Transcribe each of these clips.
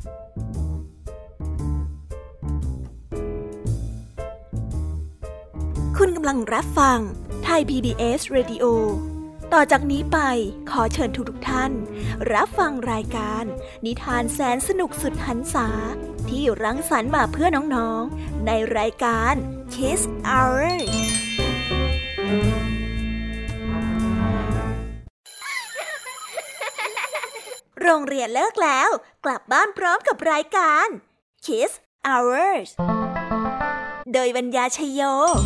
คุณกำลังรับฟังไทย PBS Radio ต่อจากนี้ไปขอเชิญทุกท่านรับฟังรายการนิทานแสนสนุกสุดหรรษาที่รังสรรค์มาเพื่อน้องๆในรายการ Kids Hourโรงเรียนเลิกแล้วกลับบ้านพร้อมกับรายการ Kids Hours โดยบรรยาชโย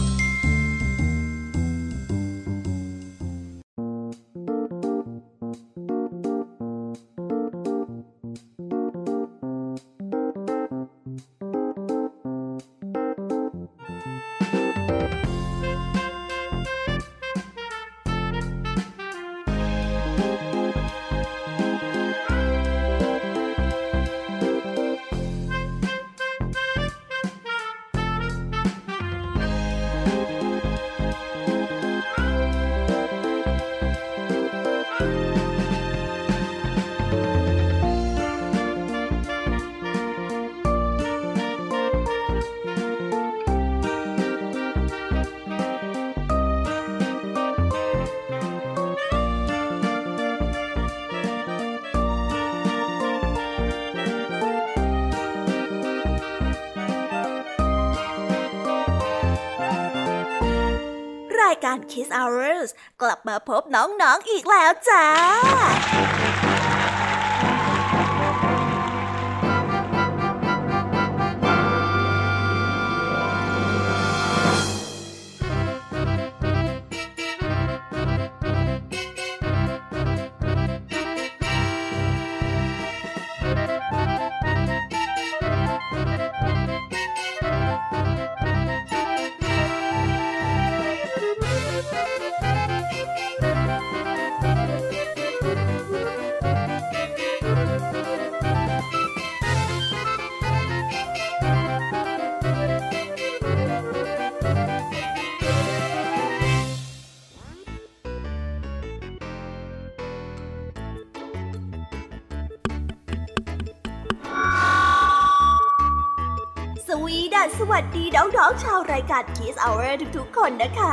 รายการ Kids Hours กลับมาพบน้องๆอีกแล้วจ้าสวัสดีน้องๆชาวรายการ Kids Hour ทุกๆคนนะคะ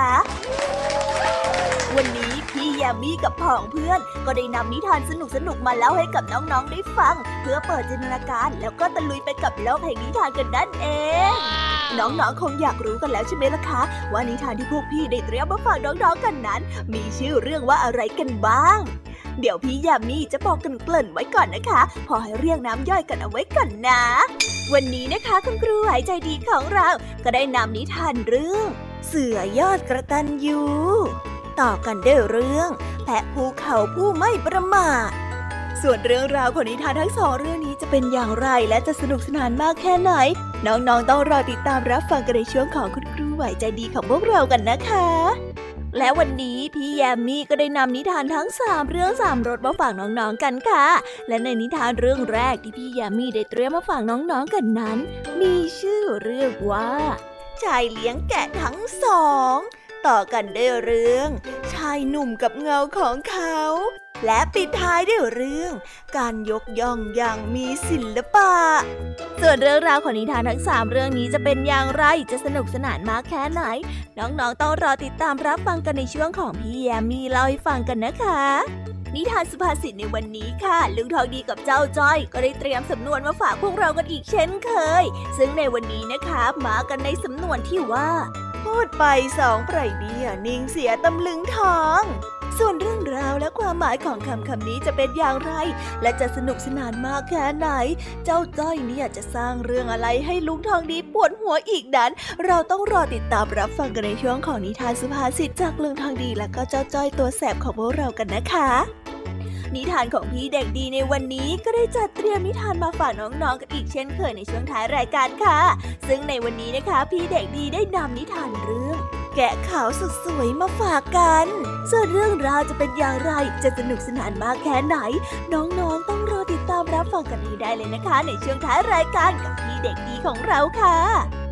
วันนี้พี่แยมมี่กับพ้องเพื่อนก็ได้นำนิทานสนุกๆมาเล่าให้กับน้องๆได้ฟังเพื่อเปิดจินตนาการแล้วก็ตะลุยไปกับโลกแห่งนิทานกันนั่นเองน้องๆคงอยากรู้กันแล้วใช่ไหมล่ะคะว่านิทานที่พวกพี่ได้เตรียมมาฝากน้องๆกันนั้นมีชื่อเรื่องว่าอะไรกันบ้างเดี๋ยวพี่แยมมี่จะบอกกันเกริ่นไว้ก่อนนะคะพอให้เรียงน้ำย่อยกันเอาไว้ก่อนนะวันนี้นะคะคุณครูไหวใจดีของเราก็ได้นำนิทานเรื่องเสือยอดกตัญญูต่อกันด้วยเรื่องแพะภูเขาผู้ไม่ประมาทส่วนเรื่องราวของนิทานทั้งสองเรื่องนี้จะเป็นอย่างไรและจะสนุกสนานมากแค่ไหนน้องๆต้องรอติดตามรับฟังกันในช่วงของคุณครูไหวใจดีของพวกเรากันนะคะและวันนี้พี่แยมมี่ก็ได้นำนิทานทั้ง3เรื่อง3รสมาฝากน้องๆกันค่ะและในนิทานเรื่องแรกที่พี่แยมมี่ได้เตรียมมาฝากน้องๆกันนั้นมีชื่อเรื่องว่าชายเลี้ยงแกะทั้งสองต่อกันด้วยเรื่องชายหนุ่มกับเงาของเขาและปิดท้ายด้วยเรื่องการยกย่องอย่างมีศิลปะส่วนเรื่องราวของนิทานทั้ง3เรื่องนี้จะเป็นอย่างไรจะสนุกสนานมากแค่ไหนน้องๆต้องรอติดตามรับฟังกันในช่วงของพี่แยมมี่เล่าให้ฟังกันนะคะนิทานสุภาษิตในวันนี้ค่ะลุงทองดีกับเจ้าจ้อยก็ได้เตรียมสำนวนมาฝากพวกเรากันอีกเช่นเคยซึ่งในวันนี้นะคะมากันในสำนวนที่ว่าพูดไป2ไพร่เบี้ยนิ่งเสียตำลึงทองส่วนเรื่องราวและความหมายของคำนี้จะเป็นอย่างไรและจะสนุกสนานมากแค่ไหนเจ้าจ้อยเนี่ยจะสร้างเรื่องอะไรให้ลุงทองดีปวดหัวอีกนั้นเราต้องรอติดตามรับฟังกันในช่วงของนิทานสุภาษิตจากลุงทองดีและก็เจ้าจ้อยตัวแสบของพวกเรากันนะคะนิทานของพี่เด็กดีในวันนี้ก็ได้จัดเตรียมนิทานมาฝากน้องๆกันอีกเช่นเคยในช่วงท้ายรายการค่ะซึ่งในวันนี้นะคะพี่เด็กดีได้นำนิทานเรื่องแกะขาวสุดสวยมาฝากกันส่วนเรื่องราวจะเป็นอย่างไรจะสนุกสนานมากแค่ไหนน้องๆต้องรอติดตามรับฟังกันให้ได้เลยนะคะในช่วงท้ายรายการกับพี่เด็กดีของเราค่ะ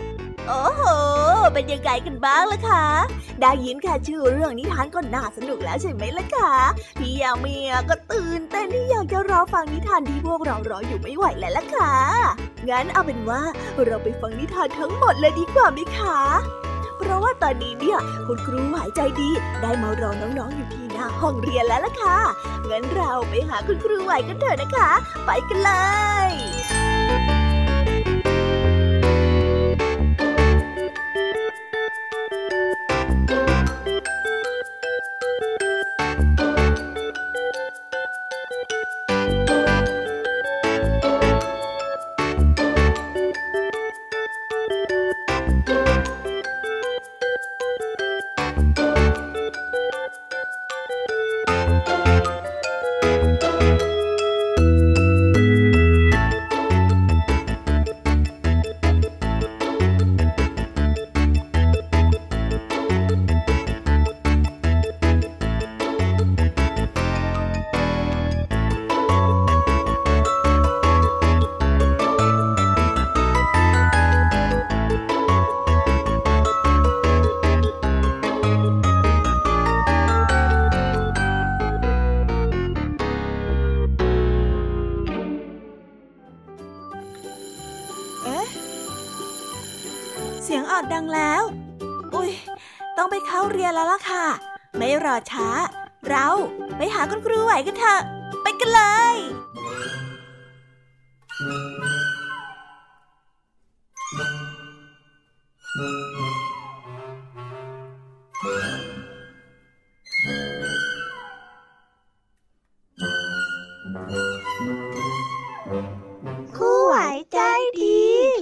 โอ้โหเป็นยังไงกันบ้างล่ะคะได้ยินแค่ชื่อเรื่องนิทานก็น่าสนุกแล้วใช่ไหมล่ะคะพี่ยามีก็ตื่นเต้นที่อยากจะรอฟังนิทานที่พวกเรารออยู่ไม่ไหวแล้วล่ะค่ะงั้นเอาเป็นว่าเราไปฟังนิทานทั้งหมดเลยดีกว่าไหมคะเพราะว่าตอนนี้เนี่ยคุณครูหายใจดีได้มารอน้องๆอยู่ที่หน้าห้องเรียนแล้วล่ะค่ะงั้นเราไปหาคุณครูไหวกันเถอะนะคะไปกันเลยเสียงออดดังแล้วอุ๊ยต้องไปเข้าเรียนแล้วล่ะค่ะไม่รอช้าเราไปหาคุณครูไหวกันเถอะไปกันเลยครูไหวใจดี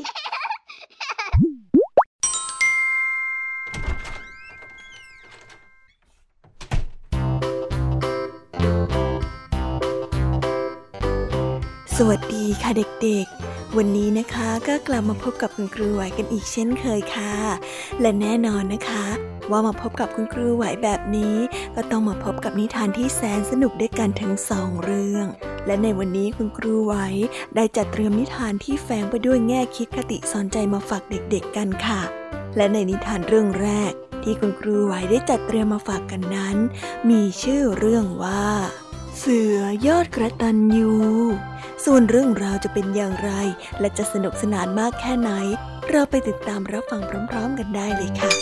สวัสดีค่ะเด็กๆวันนี้นะคะก็กลับมาพบกับคุณครูไหวกันอีกเช่นเคยค่ะและแน่นอนนะคะว่ามาพบกับคุณครูไหวแบบนี้ก็ต้องมาพบกับนิทานที่แสนสนุกด้วยกันทั้ง2 เรื่องและในวันนี้คุณครูไหวได้จัดเตรียมนิทานที่แฝงไปด้วยแง่คิดคติสอนใจมาฝากเด็กๆกันค่ะและในนิทานเรื่องแรกที่คุณครูไหวได้จัดเตรียมมาฝากกันนั้นมีชื่อเรื่องว่าเสือยอดกตัญญูส่วนเรื่องราวจะเป็นอย่างไรและจะสนุกสนานมากแค่ไหนเราไปติดตามรับฟังพร้อมๆกันได้เลยค่ะ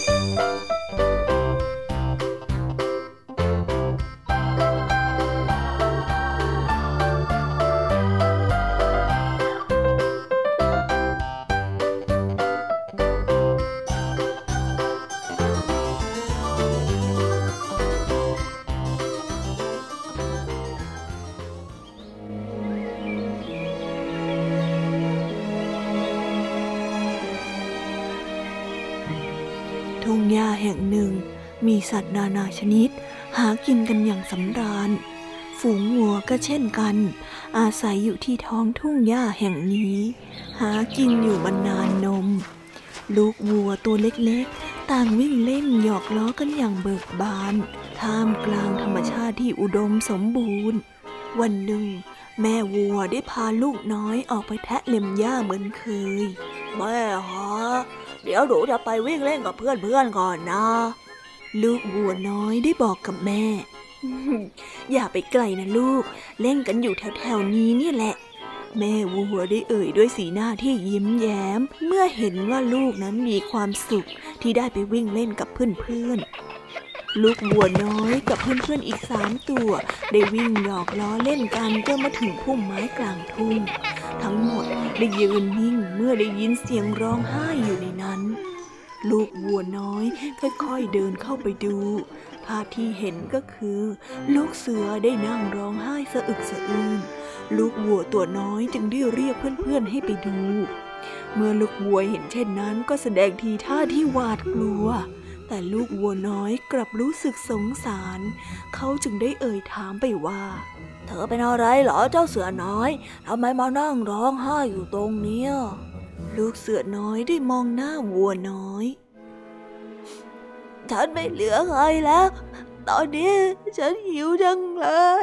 ทุ่งหญ้าแห่งหนึ่งมีสัตว์นานาชนิดหากินกันอย่างสำราญฝูงวัวก็เช่นกันอาศัยอยู่ที่ท้องทุ่งหญ้าแห่งนี้หากินอยู่มานานนมลูกวัวตัวเล็กๆต่างวิ่งเล่นหยอกล้อกันอย่างเบิกบานท่ามกลางธรรมชาติที่อุดมสมบูรณ์วันหนึ่งแม่วัวได้พาลูกน้อยออกไปแทะเล็มหญ้าเหมือนเคยแม่ฮะเดี๋ยวหนูจะไปวิ่งเล่นกับเพื่อนๆก่อนนะลูกวัวน้อยได้บอกกับแม่ อย่าไปไกลนะลูกเล่นกันอยู่แถวๆนี้นี่แหละแม่วัวได้เอ่ยด้วยสีหน้าที่ยิ้มแย้มเมื่อเห็นว่าลูกนั้นมีความสุขที่ได้ไปวิ่งเล่นกับเพื่อนๆลูกวัวน้อยกับเพื่อนๆอีก3 ตัวได้วิ่งหยอกล้อเล่นกันจนมาถึงพุ่มไม้กลางทุ่งทั้งหมดได้ยืนนิ่งเมื่อได้ยินเสียงร้องไห้อยู่ในนั้นลูกวัวน้อยค่อยๆเดินเข้าไปดูภาพที่เห็นก็คือลูกเสือได้นั่งร้องไห้สะอึกสะอื้นลูกวัวตัวน้อยจึงได้เรียกเพื่อนๆให้ไปดูเมื่อลูกวัวเห็นเช่นนั้นก็แสดงทีท่าที่หวาดกลัวแต่ลูกวัวน้อยกลับรู้สึกสงสารเขาจึงได้เอ่ยถามไปว่าเธอเป็นอะไรเหรอเจ้าเสือน้อยทำไมมานั่งร้องไห้อยู่ตรงนี้ลูกเสือน้อยได้มองหน้าวัวน้อยฉันไม่เหลือใครแล้วตอนนี้ฉันหิวจังเลย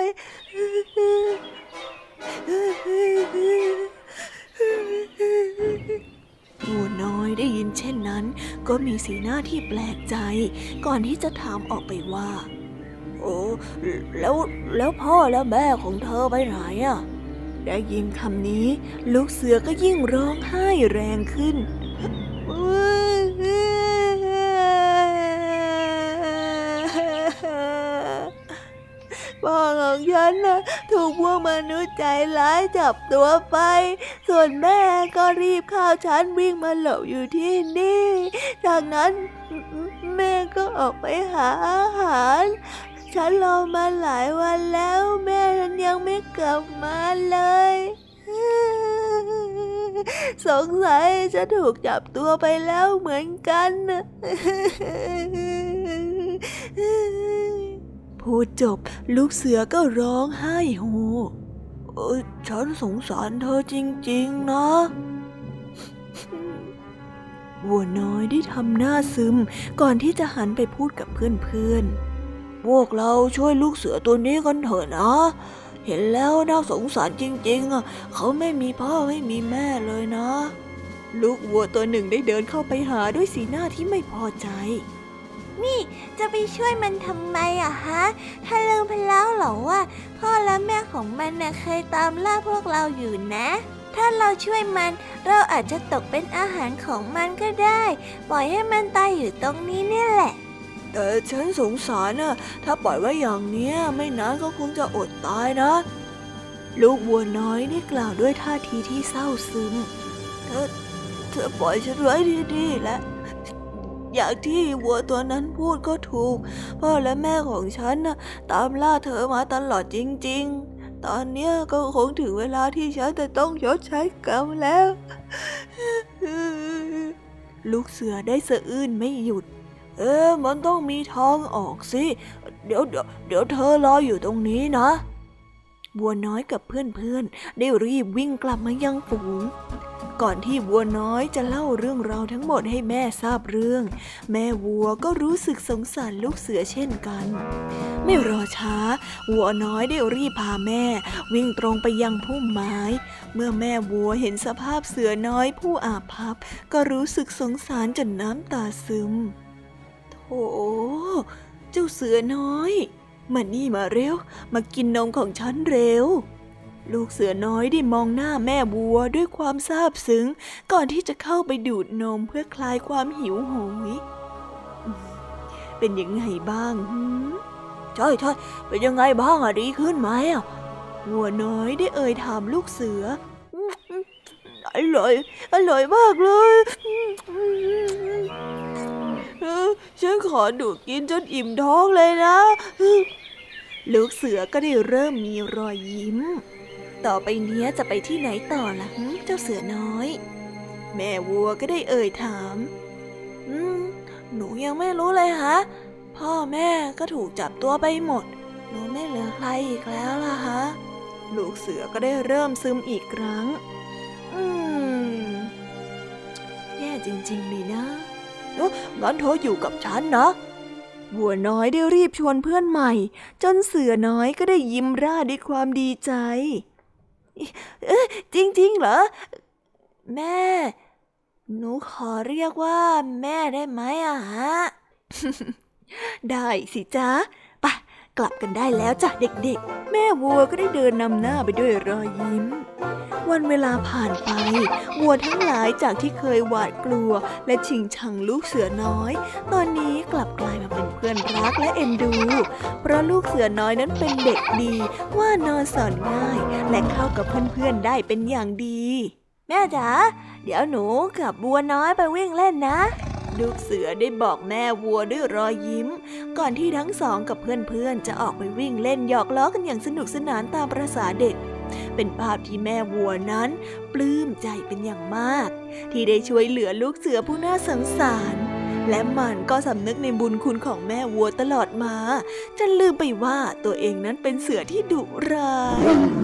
วัวน้อยได้ยินนเช่นนั้นก็มีสีหน้าที่แปลกใจก่อนที่จะถามออกไปว่าโอ้แล้วพ่อและแม่ของเธอไปไหนอ่ะได้ยินคำนี้ลูกเสือก็ยิ่งร้องไห้แรงขึ้นพ่อของฉันนะถูกพวกมนุษย์ใจร้ายจับตัวไปส่วนแม่ก็รีบข้าวฉันวิ่งมาหลบอยู่ที่นี่จากนั้นแม่ก็ออกไปหาอาหารฉันรอมาหลายวันแล้วแม่ฉันยังไม่กลับมาเลยสงสัยจะถูกจับตัวไปแล้วเหมือนกันพูดจบลูกเสือก็ร้องไห้โฮฉันสงสารเธอจริงๆนะวัวน้อยได้ทำหน้าซึมก่อนที่จะหันไปพูดกับเพื่อนๆพวกเราช่วยลูกเสือตัวนี้กันเถอะนะเห็นแล้วน่าสงสารจริงๆเขาไม่มีพ่อไม่มีแม่เลยนะลูกวัวตัวหนึ่งได้เดินเข้าไปหาด้วยสีหน้าที่ไม่พอใจนี่จะไปช่วยมันทำไมอะฮะถ้าลืมไปแล้วเหรอว่าพ่อและแม่ของมันน่ะเคยตามล่าพวกเราอยู่นะถ้าเราช่วยมันเราอาจจะตกเป็นอาหารของมันก็ได้ปล่อยให้มันตายอยู่ตรงนี้เนี่ยแหละแต่ฉันสงสารน่ะถ้าปล่อยไว้อย่างนี้ไม่นานก็คงจะอดตายนะลูกวัวน้อยได้กล่าวด้วยท่าทีที่เศร้าซึมเธอปล่อยฉันไว้ดีๆและอย่างที่วัวตัวนั้นพูดก็ถูกพ่อและแม่ของฉันน่ะตามล่าเธอมาตลอดจริงๆตอนเนี้ยก็คงถึงเวลาที่ฉันจะต้องชดใช้กรรมแล้วลูกเสือได้สะอื้นไม่หยุดมันต้องมีทางออกสิเดี๋ยวเธอรออยู่ตรงนี้นะวัวน้อยกับเพื่อนๆได้รีบวิ่งกลับมายังฝูงก่อนที่วัวน้อยจะเล่าเรื่องราวทั้งหมดให้แม่ทราบเรื่องแม่วัวก็รู้สึกสงสารลูกเสือเช่นกันไม่รอช้าวัวน้อยได้รีบพาแม่วิ่งตรงไปยังพุ่มไม้เมื่อแม่วัวเห็นสภาพเสือน้อยผู้อาภัพก็รู้สึกสงสารจนน้ำตาซึมโธ่เจ้าเสือน้อยมานี่มาเร็วมากินนมของฉันเร็วลูกเสือน้อยได้มองหน้าแม่วัวด้วยความซาบซึ้งก่อนที่จะเข้าไปดูดนมเพื่อคลายความหิวโหยเป็นยังไงบ้างใช่เป็นยังไงบ้างดีขึ้นไหมวัวน้อยได้เอ่ยถามลูกเสืออร่อยมากเลยฉันขอดูดกินจนอิ่มท้องเลยนะลูกเสือก็ได้เริ่มมีรอยยิ้มต่อไปเนี้ยจะไปที่ไหนต่อล่ะเจ้าเสือน้อยแม่วัวก็ได้เอ่ยถามหนูยังไม่รู้เลยฮะพ่อแม่ก็ถูกจับตัวไปหมดหนูไม่เหลือใครอีกแล้วล่ะฮะลูกเสือก็ได้เริ่มซึมอีกครั้งแย่จริงๆเลยนะงั้นเธออยู่กับฉันนะวัวน้อยได้รีบชวนเพื่อนใหม่จนเสือน้อยก็ได้ยิ้มร่าด้วยความดีใจจริงๆเหรอแม่หนูขอเรียกว่าแม่ได้ไหมฮะ ได้สิจ๊ะไปกลับกันได้แล้วจ้ะเด็กๆแม่วัวก็ได้เดินนำหน้าไปด้วยรอยยิ้มวันเวลาผ่านไปวัวทั้งหลายจากที่เคยหวาดกลัวและชิงชังลูกเสือน้อยตอนนี้กลับกลายมาเป็นเพื่อนรักและเอ็นดูเพราะลูกเสือน้อยนั้นเป็นเด็กดีว่านอนสอนง่ายและเข้ากับเพื่อนๆได้เป็นอย่างดีแม่จ๋าเดี๋ยวหนูกับวัวน้อยไปวิ่งเล่นนะลูกเสือได้บอกแม่วัวด้วยรอยยิ้มก่อนที่ทั้งสองกับเพื่อนๆจะออกไปวิ่งเล่นหยอกล้อกันอย่างสนุกสนานตามประสาเด็กเป็นภาพที่แม่วัวนั้นปลื้มใจเป็นอย่างมากที่ได้ช่วยเหลือลูกเสือผู้น่าสงสารและมันก็สำนึกในบุญคุณของแม่วัวตลอดมาจนลืมไปว่าตัวเองนั้นเป็นเสือที่ดุร้าย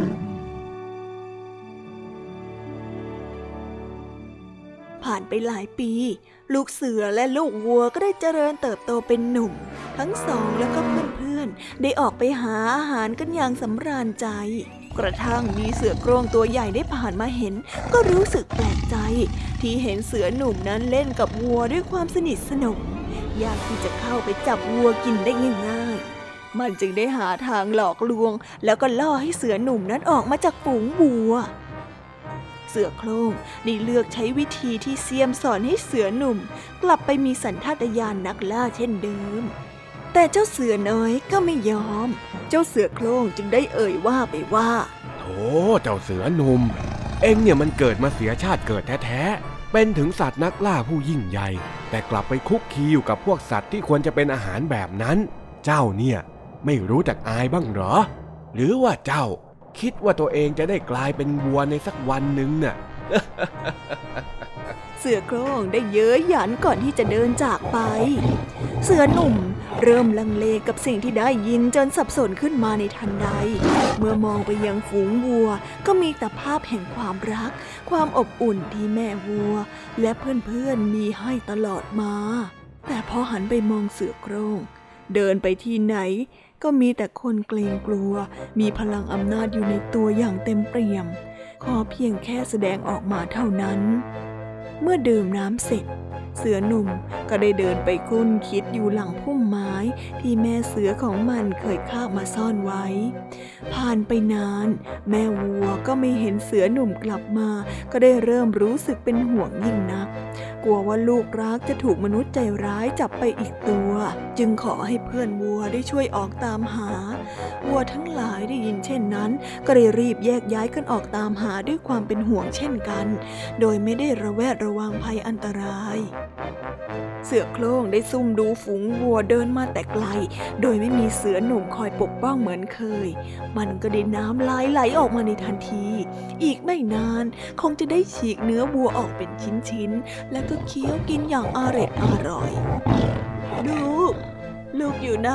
ผ่านไปหลายปีลูกเสือและลูกวัวก็ได้เจริญเติบโตเป็นหนุ่มทั้งสองแล้วก็เพื่อนๆได้ออกไปหาอาหารกันอย่างสำราญใจกระทั่งมีเสือโคร่งตัวใหญ่ได้ผ่านมาเห็นก็รู้สึกแปลกใจที่เห็นเสือหนุ่มนั้นเล่นกับวัวด้วยความสนิทสนมยากที่จะเข้าไปจับวัวกินได้ง่ายๆมันจึงได้หาทางหลอกลวงแล้วก็ล่อให้เสือหนุ่มนั้นออกมาจากฝูงวัวเสือโคร่งได้เลือกใช้วิธีที่เสียมสอนให้เสือหนุ่มกลับไปมีสัญชาตญาณนักล่าเช่นเดิมแต่เจ้าเสือน้อยก็ไม่ยอมเจ้าเสือโคร่งจึงได้เอ่ยว่าไปว่าโธ่เจ้าเสือหนุ่มเอ็งเนี่ยมันเกิดมาเสียชาติเกิดแท้ๆเป็นถึงสัตว์นักล่าผู้ยิ่งใหญ่แต่กลับไปคุกคีอยู่กับพวกสัตว์ที่ควรจะเป็นอาหารแบบนั้นเจ้าเนี่ยไม่รู้จักอายบ้างเหรอหรือว่าเจ้าคิดว่าตัวเองจะได้กลายเป็นวัวในสักวันหนึ่งน่ะเสือโคร่งได้เย้ยหยันก่อนที่จะเดินจากไปเสือหนุ่มเริ่มลังเลกับสิ่งที่ได้ยินจนสับสนขึ้นมาในทันใดเมื่อมองไปยังฝูงวัวก็มีแต่ภาพแห่งความรักความอบอุ่นที่แม่วัวและเพื่อนๆมีให้ตลอดมาแต่พอหันไปมองเสือโคร่งเดินไปที่ไหนก็มีแต่คนเกรงกลัวมีพลังอำนาจอยู่ในตัวอย่างเต็มเปี่ยมขอเพียงแค่แสดงออกมาเท่านั้นเมื่อดื่มน้ำเสร็จเสือหนุ่มก็ได้เดินไปคุ้นคิดอยู่หลังพุ่มไม้ที่แม่เสือของมันเคยคาบมาซ่อนไว้ผ่านไปนานแม่วัวก็ไม่เห็นเสือหนุ่มกลับมาก็ได้เริ่มรู้สึกเป็นห่วงยิ่งนักกลัวว่าลูกรักจะถูกมนุษย์ใจร้ายจับไปอีกตัวจึงขอให้เพื่อนวัวได้ช่วยออกตามหาวัวทั้งหลายได้ยินเช่นนั้นก็เลยรีบแยกย้ายกันออกตามหาด้วยความเป็นห่วงเช่นกันโดยไม่ได้ระแวดระวังภัยอันตรายเสือโคร่งได้ซุ่มดูฝูงวัวเดินมาแต่ไกลโดยไม่มีเสือหนุ่มคอยปกป้องเหมือนเคยมันก็ได้น้ำลายไหลออกมาในทันทีอีกไม่นานคงจะได้ฉีกเนื้อวัวออกเป็นชิ้นๆและก็เคี้ยวกินอย่างอร่อยลูกอยู่ไหน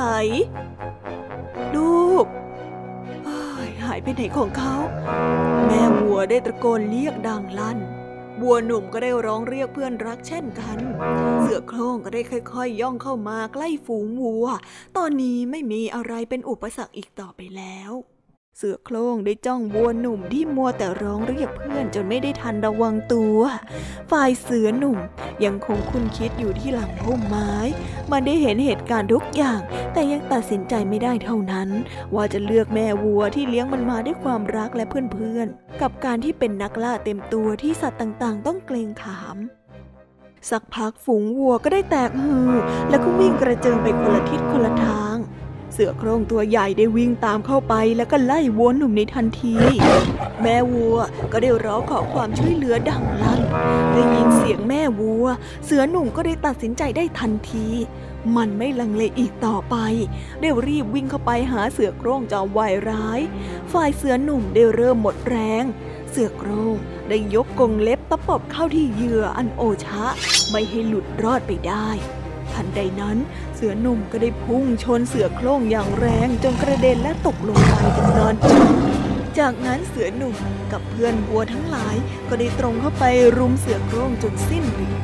ลูกหายไปไหนของเขาแม่วัวได้ตะโกนเรียกดังลั่นวัวหนุ่มก็ได้ร้องเรียกเพื่อนรักเช่นกันเสือโคร่งก็ได้ค่อยๆย่องเข้ามาใกล้ฝูงวัวตอนนี้ไม่มีอะไรเป็นอุปสรรคอีกต่อไปแล้วเสือโคร่งได้จ้องวัวหนุ่มที่มัวแต่ร้องเรียกเพื่อนจนไม่ได้ทันระวังตัวฝ่ายเสือหนุ่มยังคงคุ้นคิดอยู่ที่หลังพุ่มไม้มันได้เห็นเหตุการณ์ทุกอย่างแต่ยังตัดสินใจไม่ได้เท่านั้นว่าจะเลือกแม่วัวที่เลี้ยงมันมาด้วยความรักและเพื่อนๆกับการที่เป็นนักล่าเต็มตัวที่สัตว์ต่างๆต้องเกรงขามสักพักฝูงวัวก็ได้แตกฮือแล้วก็วิ่งกระเจิงไปคนละทิศคนละทางเสือโคร่งตัวใหญ่ได้วิ่งตามเข้าไปแล้วก็ไล่วัวหนุ่มในทันทีแม่วัวก็ได้ร้องขอความช่วยเหลือดังลั่นได้ยินเสียงแม่วัวเสือหนุ่มก็ได้ตัดสินใจได้ทันทีมันไม่ลังเลอีกต่อไปได้รีบวิ่งเข้าไปหาเสือโคร่งจอมวายร้ายฝ่ายเสือหนุ่มได้เริ่มหมดแรงเสือโคร่งได้ยกกรงเล็บตะปบเข้าที่เหยื่ออันโอชะไม่ให้หลุดรอดไปได้ทันใดนั้นเสือหนุ่มก็ได้พุ่งชนเสือโคร่งอย่างแรงจนกระเด็นและตกลงไปจนนอนจมจากนั้นเสือหนุ่มกับเพื่อนวัวทั้งหลายก็ได้ตรงเข้าไปรุมเสือโคร่งจนสิ้นฤทธิ์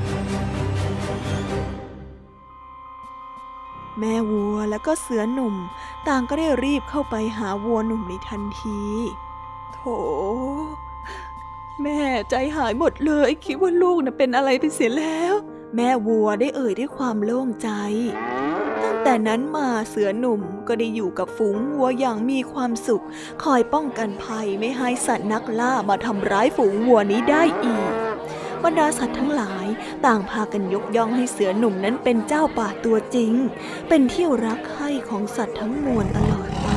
แม่วัวและก็เสือหนุ่มต่างก็ได้รีบเข้าไปหาวัวหนุ่มในทันทีโธ่แม่ใจหายหมดเลยคิดว่าลูกน่ะเป็นอะไรไปเสียแล้วแม่วัวได้เอ่ยด้วยความโล่งใจตั้งแต่นั้นมาเสือหนุ่มก็ได้อยู่กับฝูงวัวอย่างมีความสุขคอยป้องกันภัยไม่ให้สัตว์นักล่ามาทำร้ายฝูงวัวนี้ได้อีกบรรดาสัตว์ทั้งหลายต่างพากันยกย่องให้เสือหนุ่มนั้นเป็นเจ้าป่าตัวจริงเป็นที่รักใคร่ของสัตว์ทั้งมวลตลอดไป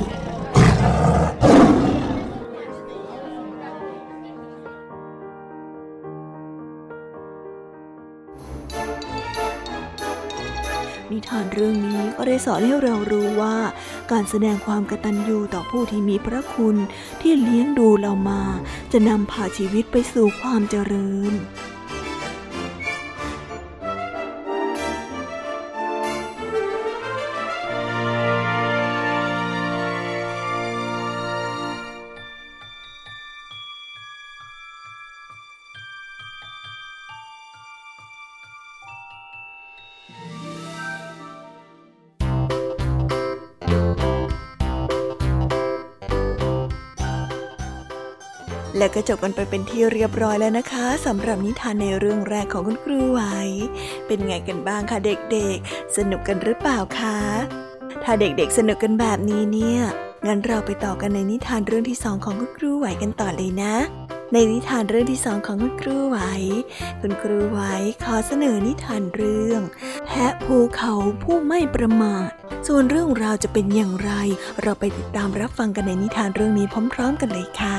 นิทานเรื่องนี้ก็ได้สอนให้เรารู้ว่าการแสดงความกตัญญูต่อผู้ที่มีพระคุณที่เลี้ยงดูเรามาจะนำพาชีวิตไปสู่ความเจริญและก็จบกันไปเป็นที่เรียบร้อยแล้วนะคะสำหรับนิทานในเรื่องแรกของคุณครูไหวเป็นไงกันบ้างคะเด็กๆสนุกกันหรือเปล่าคะถ้าเด็กๆสนุกกันแบบนี้เนี่ยงั้นเราไปต่อกันในนิทานเรื่องที่สองของคุณครูไหวกันต่อเลยนะในนิทานเรื่องที่สองของคุณครูไหวคุณครูไหวขอเสนอนิทานเรื่องแพะภูเขาผู้ไม่ประมาทส่วนเรื่องราวจะเป็นอย่างไรเราไปติดตามรับฟังกันในนิทานเรื่องนี้พร้อมๆกันเลยค่ะ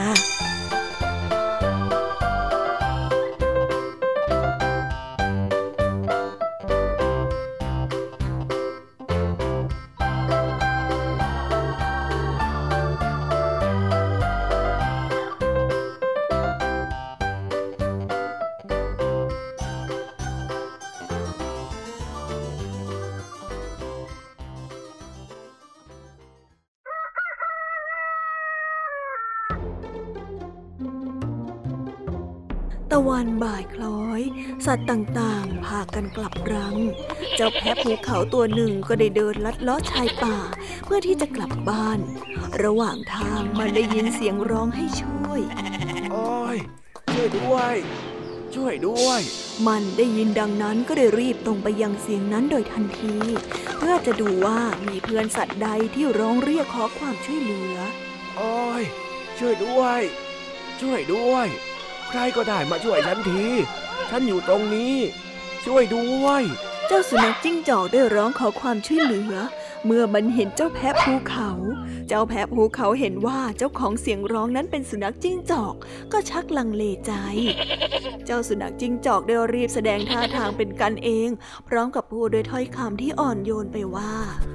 ตะวันบ่ายคล้อยสัตว์ต่างๆพากันกลับรังเจ้าแพะภูเขาตัวหนึ่งก็ได้เดินลัดเลาะชายป่าเพื่อที่จะกลับบ้านระหว่างทางมันได้ยินเสียงร้องให้ช่วยโอ้ยช่วยด้วยช่วยด้วยมันได้ยินดังนั้นก็ได้รีบตรงไปยังเสียงนั้นโดยทันทีเพื่อจะดูว่ามีเพื่อนสัตว์ใดที่ร้องเรียกขอความช่วยเหลือโอ้ยช่วยด้วยช่วยด้วยใครก็ได้มาช่วยฉันทีฉันอยู่ตรงนี้ช่วยด้วยเจ้าสุนัขจิ้งจอกได้ร้องขอความช่วยเหลือเมื่อมันเห็นเจ้าแพะภูเขาเจ้าแพะภูเขาเห็นว่าเจ้าของเสียงร้องนั้นเป็นสุนัขจิ้งจอกก็ชักลังเลใจเจ้าสุนัขจิ้งจอกได้รีบแสดงท่าทางเป็นกันเองพร้อมกับพูดด้วยถ้อยคำที่อ่อนโยนไปว่า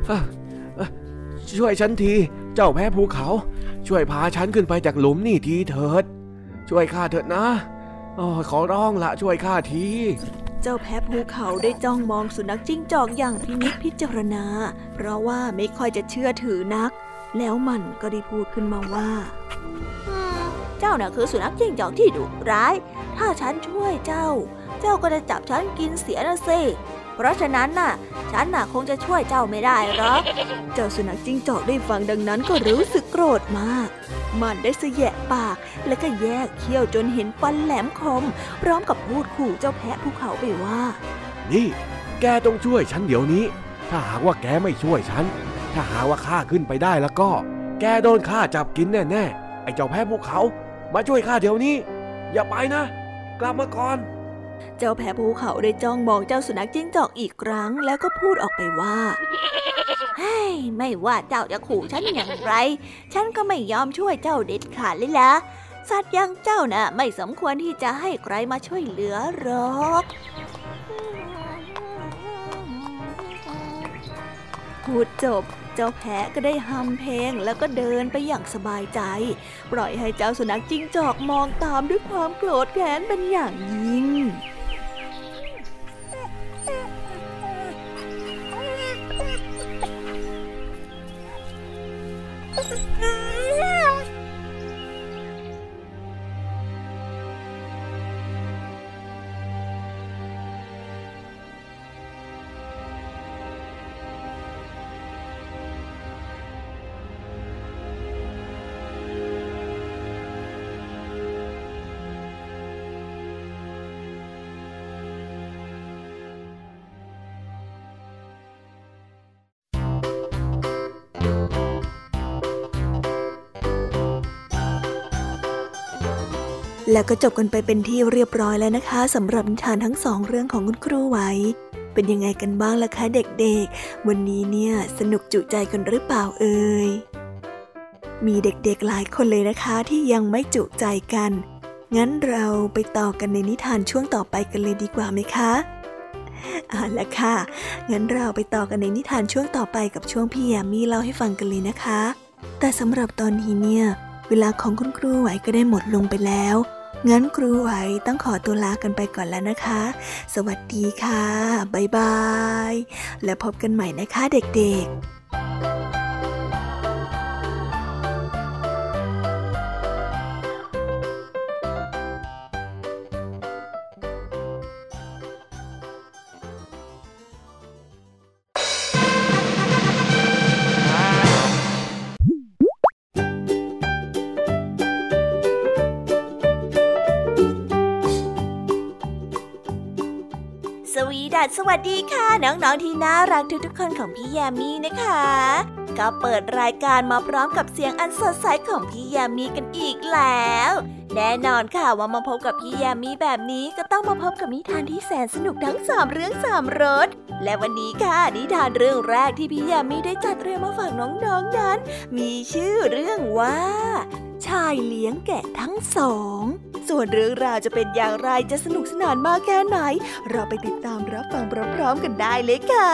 ช่วยฉันทีเจ้าแพะภูเขาช่วยพาฉันขึ้นไปจากหลุมนี่ทีเถิดช่วยข้าเถิดนะขอร้องละช่วยข้าทีเจ้าแพะภูเขาได้จ้องมองสุนัขจิ้งจอกอย่างพินิจพิจารณาเพราะว่าไม่ค่อยจะเชื่อถือนักแล้วมันก็ได้พูดขึ้นมาว่าเจ้าน่ะคือสุนัขจิ้งจอกที่ดุร้ายถ้าฉันช่วยเจ้าก็จะจับฉันกินเสียนะสิเพราะฉะนั้นฉันคงจะช่วยเจ้าไม่ได้หรอกเจ้าสุนัขจิ้งจอกได้ฟังดังนั้นก็รู้สึกโกรธมากมันได้เสยะปากและก็แยกเขี้ยวจนเห็นฟันแหลมคมพร้อมกับพูดขู่เจ้าแพะภูเขาไปว่านี่แกต้องช่วยฉันเดี๋ยวนี้ถ้าหากว่าแกไม่ช่วยฉันถ้าหากว่าข้าขึ้นไปได้แล้วก็แกโดนข้าจับกินแน่ๆไอ้เจ้าแพะภูเขามาช่วยข้าเดี๋ยวนี้อย่าไปนะกลับมาก่อนเจ้าแพะภูเขาได้จ้องมองเจ้าสุนัขจิ้งจอกอีกครั้งแล้วก็พูดออกไปว่าเฮ้ยไม่ว่าเจ้าจะขู่ฉันอย่างไรฉันก็ไม่ยอมช่วยเจ้าเด็ดขาดเลยล่ะสัตว์อย่างเจ้าน่ะไม่สมควรที่จะให้ใครมาช่วยเหลือหรอกพูดจบเจ้าแพะก็ได้ฮัมเพลงแล้วก็เดินไปอย่างสบายใจปล่อยให้เจ้าสุนัขจิ้งจอกมองตามด้วยความโกรธแค้นเป็นอย่างยิ่งแล้วก็จบกันไปเป็นที่เรียบร้อยแล้วนะคะสำหรับนิทานทั้งสองเรื่องของคุณครูไหวเป็นยังไงกันบ้างล่ะคะเด็กๆวันนี้เนี่ยสนุกจุใจกันหรือเปล่าเอ่ยมีเด็กๆหลายคนเลยนะคะที่ยังไม่จุใจกันงั้นเราไปต่อกันในนิทานช่วงต่อไปกันเลยดีกว่าไหมคะเอาล่ะค่ะงั้นเราไปต่อกันในนิทานช่วงต่อไปกับช่วงพี่แยมมี่เล่าให้ฟังกันเลยนะคะแต่สำหรับตอนนี้เนี่ยเวลาของคุณครูไหวก็ได้หมดลงไปแล้วงั้นครูไหวต้องขอตัวลากันไปก่อนแล้วนะคะสวัสดีค่ะบ๊ายบายและพบกันใหม่นะคะเด็กๆสวัสดีค่ะน้องๆที่น่ารักทุกๆคนของพี่ยามีนะคะก็เปิดรายการมาพร้อมกับเสียงอันสดใสของพี่ยามีกันอีกแล้วแน่นอนค่ะว่ามาพบกับพี่ยามีแบบนี้ก็ต้องมาพบกับนิทานที่แสนสนุกทั้ง3เรื่อง3รสและวันนี้ค่ะนิทานเรื่องแรกที่พี่ยามีได้จัดเตรียมมาฝากน้องๆนั้นมีชื่อเรื่องว่าชายเลี้ยงแกะทั้งสองส่วนเรื่องราวจะเป็นอย่างไรจะสนุกสนานมากแค่ไหนเราไปติดตามรับฟังพร้อมๆกันได้เลยค่ะ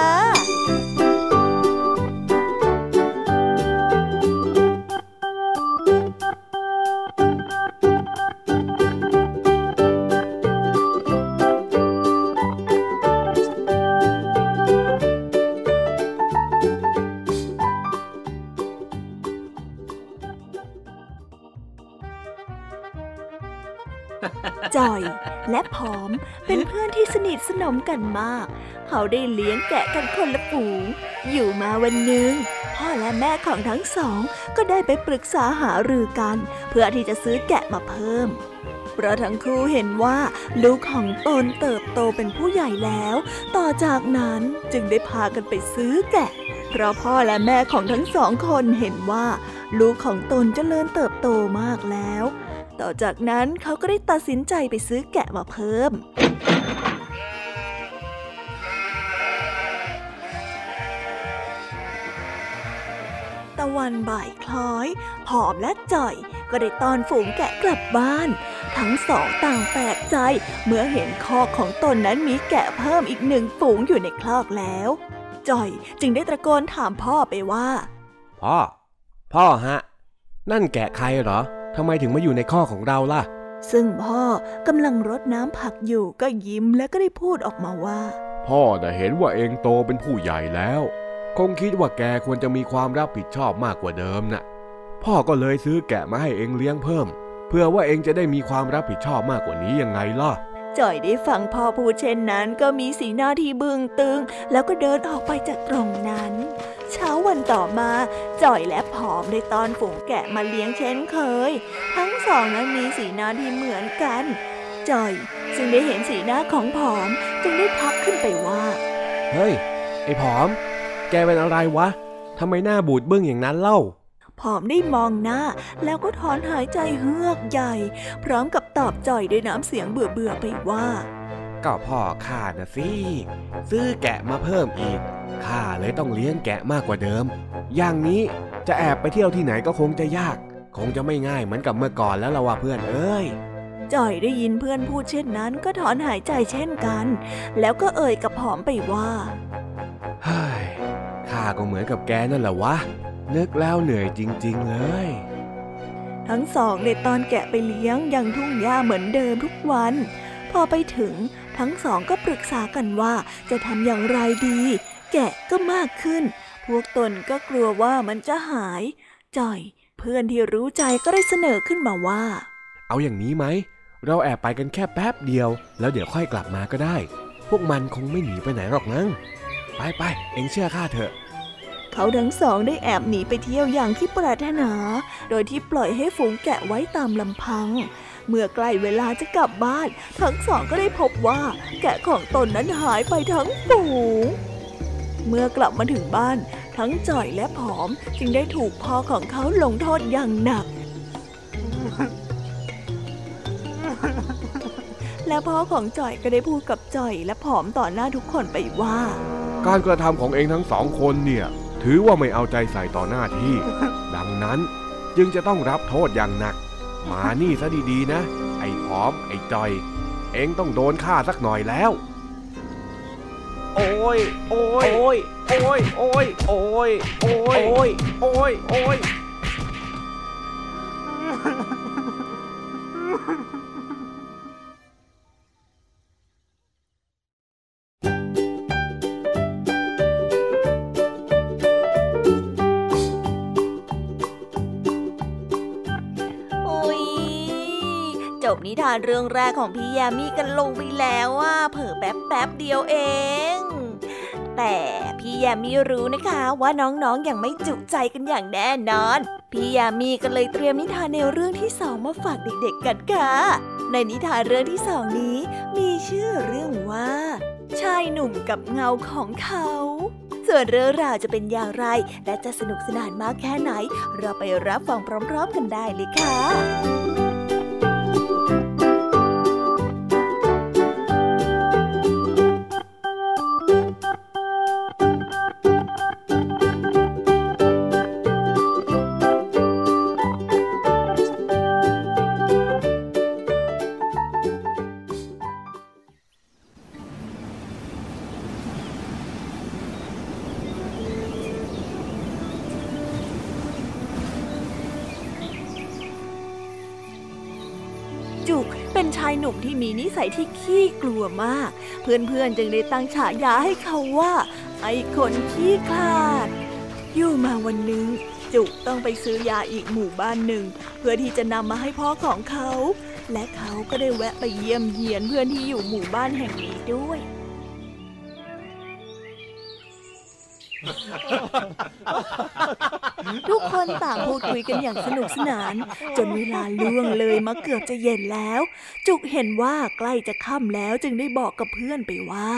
จ่อยและผอมเป็นเพื่อนที่สนิทสนมกันมากเขาได้เลี้ยงแกะกันคนละฝูงอยู่มาวันหนึ่งพ่อและแม่ของทั้งสองก็ได้ไปปรึกษาหารือกันเพื่อที่จะซื้อแกะมาเพิ่มเพราะทั้งคู่เห็นว่าลูกของตนเติบโตเป็นผู้ใหญ่แล้วต่อจากนั้นจึงได้พากันไปซื้อแกะเพราะพ่อและแม่ของทั้งสองคนเห็นว่าลูกของตนเจริญเติบโตมากแล้วต่อจากนั้นเขาก็ได้ตัดสินใจไปซื้อแกะมาเพิ่มตะวันบ่ายคล้อยผอมและจ่อยก็ได้ต้อนฝูงแกะกลับบ้านทั้งสองต่างแปลกใจเมื่อเห็นคอกของตนนั้นมีแกะเพิ่มอีก1ฝูงอยู่ในคอกแล้วจ่อยจึงได้ตะโกนถามพ่อไปว่าพ่อฮะนั่นแกะใครเหรอทำไมถึงมาอยู่ในคอกของเราล่ะซึ่งพ่อกำลังรดน้ำผักอยู่ก็ยิ้มและก็ได้พูดออกมาว่าพ่อน่ะเห็นว่าเองโตเป็นผู้ใหญ่แล้วคงคิดว่าแกควรจะมีความรับผิดชอบมากกว่าเดิมน่ะพ่อก็เลยซื้อแกะมาให้เองเลี้ยงเพิ่มเพื่อว่าเองจะได้มีความรับผิดชอบมากกว่านี้ยังไงล่ะจ่อยได้ฟังพ่อพูดเช่นนั้นก็มีสีหน้าที่บึ้งตึงแล้วก็เดินออกไปจากตรงนั้นเช้าวันต่อมาจ่อยและผอมได้ต้อนฝูงแกะมาเลี้ยงเช่นเคยทั้งสองนั้นมีสีหน้าที่เหมือนกันจ่อยซึ่งได้เห็นสีหน้าของผอมจึงได้ทักขึ้นไปว่าเฮ้ยไอ้ผอมแกเป็นอะไรวะทำไมหน้าบูดบึ้งอย่างนั้นเล่าผอมได้มองหน้าแล้วก็ถอนหายใจเฮือกใหญ่พร้อมกับตอบจ่อยด้วยน้ำเสียงเบื่อๆไปว่าก็พ่อข้านะสิซื้อแกะมาเพิ่มอีกข้าเลยต้องเลี้ยงแกะมากกว่าเดิมอย่างนี้จะแอบไปเที่ยวที่ไหนก็คงจะยากคงจะไม่ง่ายเหมือนกับเมื่อก่อนแล้วล่ะว่ะเพื่อนเอ้ยจ่อยได้ยินเพื่อนพูดเช่นนั้นก็ถอนหายใจเช่นกันแล้วก็เอ่ยกับผอมไปว่าเฮ้ยข้าก็เหมือนกับแกนั่นแหละวะนึกแล้วเหนื่อยจริงๆเลยทั้งสองได้ต้อนแกะไปเลี้ยงยังทุ่งหญ้าเหมือนเดิมทุกวันพอไปถึงทั้งสองก็ปรึกษากันว่าจะทำอย่างไรดีแกะก็มากขึ้นพวกตนก็กลัวว่ามันจะหายจ่อยเพื่อนที่รู้ใจก็ได้เสนอขึ้นมาว่าเอาอย่างนี้ไหมเราแอบไปกันแค่แป๊บเดียวแล้วเดี๋ยวค่อยกลับมาก็ได้พวกมันคงไม่หนีไปไหนหรอกนะไปเอ็งเชื่อข้าเถอะเขาทั้งสองได้แอบหนีไปเที่ยวอย่างที่ปรารถนาโดยที่ปล่อยให้ฝูงแกะไว้ตามลำพังเมื่อใกล้เวลาจะกลับบ้านทั้งสองก็ได้พบว่าแกะของตนนั้นหายไปทั้งฝูงเมื่อกลับมาถึงบ้านทั้งจ่อยและผอมจึงได้ถูกพ่อของเขาลงโทษอย่างหนักและพ่อของจ่อยก็ได้พูดกับจ่อยและผอมต่อหน้าทุกคนไปว่าการกระทำของเองทั้งสองคนเนี่ยถือว่าไม่เอาใจใส่ต่อหน้าที่ดังนั้นจึงจะต้องรับโทษอย่างหนักมานี่ซะดีๆนะไอ้ผอมไอ้จ่อยเองต้องโดนฆ่าสักหน่อยแล้วโอ้ยโอ้ยโอ้ยโอ้ยโอ้ยโอ้ยโอ้ยโอ้ยโอ้ยโอ้ยจบนิทานเรื่องแรกของพี่ยามีกันลงไปแล้วเผลอแป๊บเดียวเองแต่พี่ยามีรู้นะคะว่าน้องๆยังไม่จุใจกันอย่างแน่นอนพี่ยามีก็เลยเตรียมนิทานแนวเรื่องที่2มาฝากเด็กๆกันค่ะในนิทานเรื่องที่2นี้มีชื่อเรื่องว่าชายหนุ่มกับเงาของเขาส่วนเรื่องราวจะเป็นอย่างไรและจะสนุกสนานมากแค่ไหนเราไปรับฟังพร้อมๆกันได้เลยค่ะจุกเป็นชายหนุ่มที่มีนิสัยที่ขี้กลัวมากเพื่อนๆจึงได้ตั้งฉายาให้เขาว่าไอ้คนขี้คลาดอยู่มาวันหนึ่งจุกต้องไปซื้อยาอีกหมู่บ้านหนึ่งเพื่อที่จะนำมาให้พ่อของเขาและเขาก็ได้แวะไปเยี่ยมเยียนเพื่อนที่อยู่หมู่บ้านแห่งนี้ด้วยทุกคนต่างพูดคุยกันอย่างสนุกสนานจนเวลาล่วงเลยมาเกือบจะเย็นแล้วจุกเห็นว่าใกล้จะค่ำแล้วจึงได้บอกกับเพื่อนไปว่า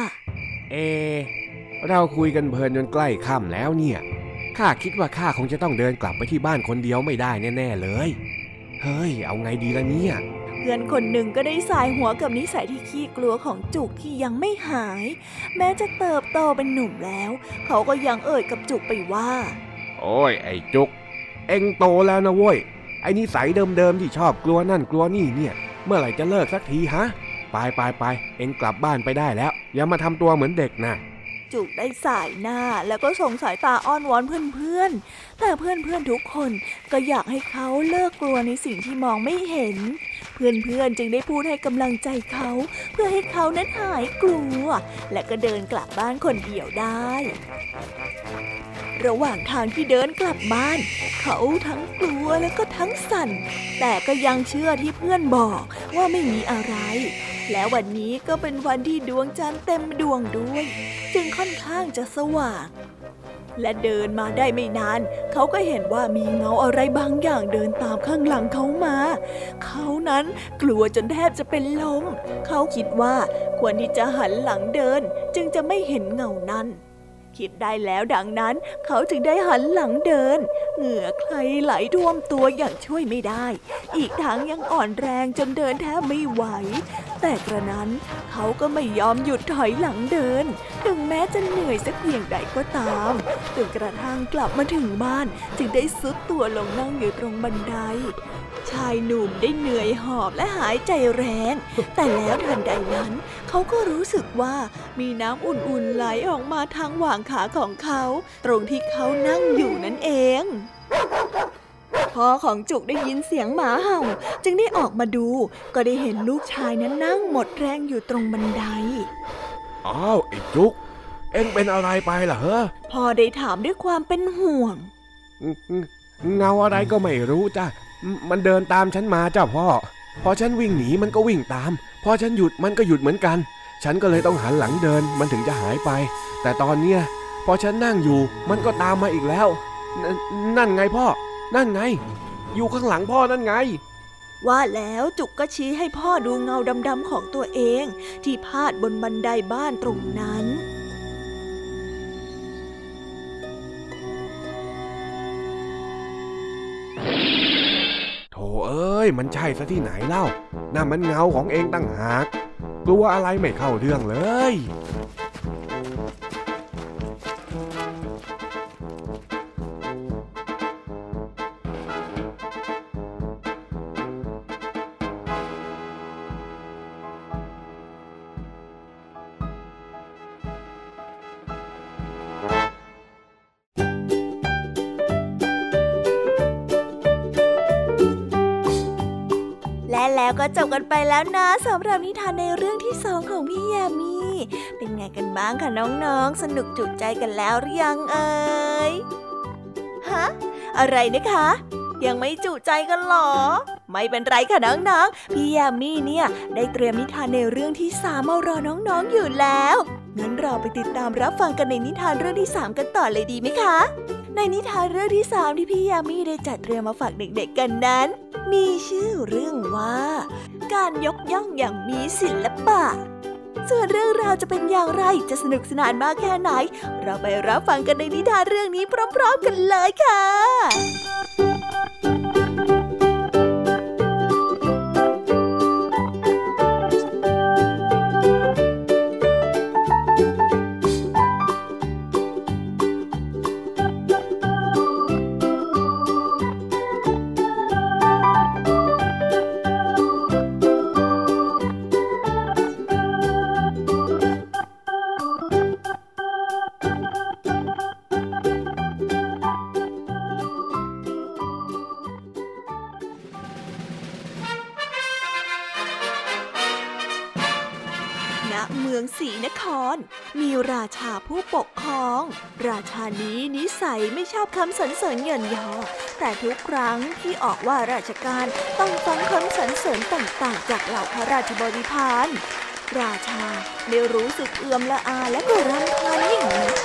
เราคุยกันเพลินจนใกล้ค่ำแล้วเนี่ยข้าคิดว่าข้าคงจะต้องเดินกลับไปที่บ้านคนเดียวไม่ได้แน่ๆเลยเฮ้ยเอาไงดีล่ะเนี่ยเพื่อนคนหนึ่งก็ได้สายหัวกับนิสัยที่ขี้กลัวของจุกที่ยังไม่หายแม้จะเติบโตเป็นหนุ่มแล้วเขาก็ยังเอ่ยกับจุกไปว่าโอ้ยไอ้จุกเอ็งโตแล้วนะเว้ยไอ้นิสัยเดิมๆที่ชอบกลัวนั่นกลัวนี่เนี่ยเมื่อไหร่จะเลิกสักทีฮะไปเอ็งกลับบ้านไปได้แล้วอย่ามาทำตัวเหมือนเด็กนะจุกได้สายหน้าแล้วก็ส่งสายตาอ้อนวอนเพื่อนๆแต่เพื่อนๆทุกคนก็อยากให้เขาเลิกกลัวในสิ่งที่มองไม่เห็นเพื่อนๆจึงได้พูดให้กำลังใจเขาเพื่อให้เขานั้นหายกลัวและก็เดินกลับบ้านคนเดียวได้ระหว่างทางที่เดินกลับบ้านเขาทั้งกลัวและก็ทั้งสั่นแต่ก็ยังเชื่อที่เพื่อนบอกว่าไม่มีอะไรและวันนี้ก็เป็นวันที่ดวงจันทร์เต็มดวงด้วยจึงค่อนข้างจะสว่างและเดินมาได้ไม่นานเขาก็เห็นว่ามีเงาอะไรบางอย่างเดินตามข้างหลังเขามาเขานั้นกลัวจนแทบจะเป็นลมเขาคิดว่าควรที่จะหันหลังเดินจึงจะไม่เห็นเงานั้นคิดได้แล้วดังนั้นเขาจึงได้หันหลังเดินเหงื่อใครไหลท่วมตัวอย่างช่วยไม่ได้อีกทั้งยังอ่อนแรงจนเดินแทบไม่ไหวแต่กระนั้นเขาก็ไม่ยอมหยุดถอยหลังเดินถึงแม้จะเหนื่อยสักเพียงใดก็ตามจนกระทั่งกลับมาถึงบ้านจึงได้ทรุดตัวลงนั่งอยู่ตรงบันไดชายหนุ่มได้เหนื่อยหอบและหายใจแรงแต่แล้วทันใดนั้นเขาก็รู้สึกว่ามีน้ำอุ่นๆไหลออกมาทางหว่างขาของเขาตรงที่เขานั่งอยู่นั่นเองพ่อของจุกได้ยินเสียงหมาเห่าจึงได้ออกมาดูก็ได้เห็นลูกชายนั้นนั่งหมดแรงอยู่ตรงบันไดอ้าวไอ้จุกเอ็งเป็นอะไรไปล่ะเฮ้อพ่อได้ถามด้วยความเป็นห่วงเงาอะไรก็ไม่รู้จ้ะมันเดินตามฉันมาจ้ะพ่อพอฉันวิ่งหนีมันก็วิ่งตามพอฉันหยุดมันก็หยุดเหมือนกันฉันก็เลยต้องหันหลังเดินมันถึงจะหายไปแต่ตอนเนี้ยพอฉันนั่งอยู่มันก็ตามมาอีกแล้วนั่นไงพ่อนั่นไงอยู่ข้างหลังพ่อนั่นไงว่าแล้วจุกก็ชี้ให้พ่อดูเงาดำๆของตัวเองที่พาดบนบันไดบ้านตรงนั้นโธ่เอ้ยมันใช่ซะที่ไหนเล่านั่นมันเงาของเองตั้งหากกลัวอะไรไม่เข้าเรื่องเลยแล้วก็จบกันไปแล้วนะสำหรับนิทานในเรื่องที่2ของพี่ยามีเป็นไงกันบ้างคะน้องๆสนุกจุใจกันแล้วหรือยังเอ่ยฮะอะไรนะคะยังไม่จุใจกันหรอไม่เป็นไรค่ะน้องๆพี่ยามีเนี่ยได้เตรียมนิทานในเรื่องที่3มารอน้องๆอยู่แล้วงั้นเราไปติดตามรับฟังกันในนิทานเรื่องที่3กันต่อเลยดีไหมคะในนิทานเรื่องที่3ที่พี่ยามีได้จัดเตรียมมาฝากเด็กๆกันนั้นมีชื่อเรื่องว่าการยกย่องอย่างมีศิลปะส่วนเรื่องราวจะเป็นอย่างไรจะสนุกสนานมากแค่ไหนเราไปรับฟังกันในนิทานเรื่องนี้พร้อมๆกันเลยค่ะศรีนครมีราชาผู้ปกครองราชานี้นิสัยไม่ชอบคำสรรเสริญเยินยอแต่ทุกครั้งที่ออกว่าราชการต้องฟังคำสรรเสริญต่างๆจากเหล่าข้าราชบริพารราชาได้รู้สึกเอื่อมละอาและก็รำคาญยิ่งนัก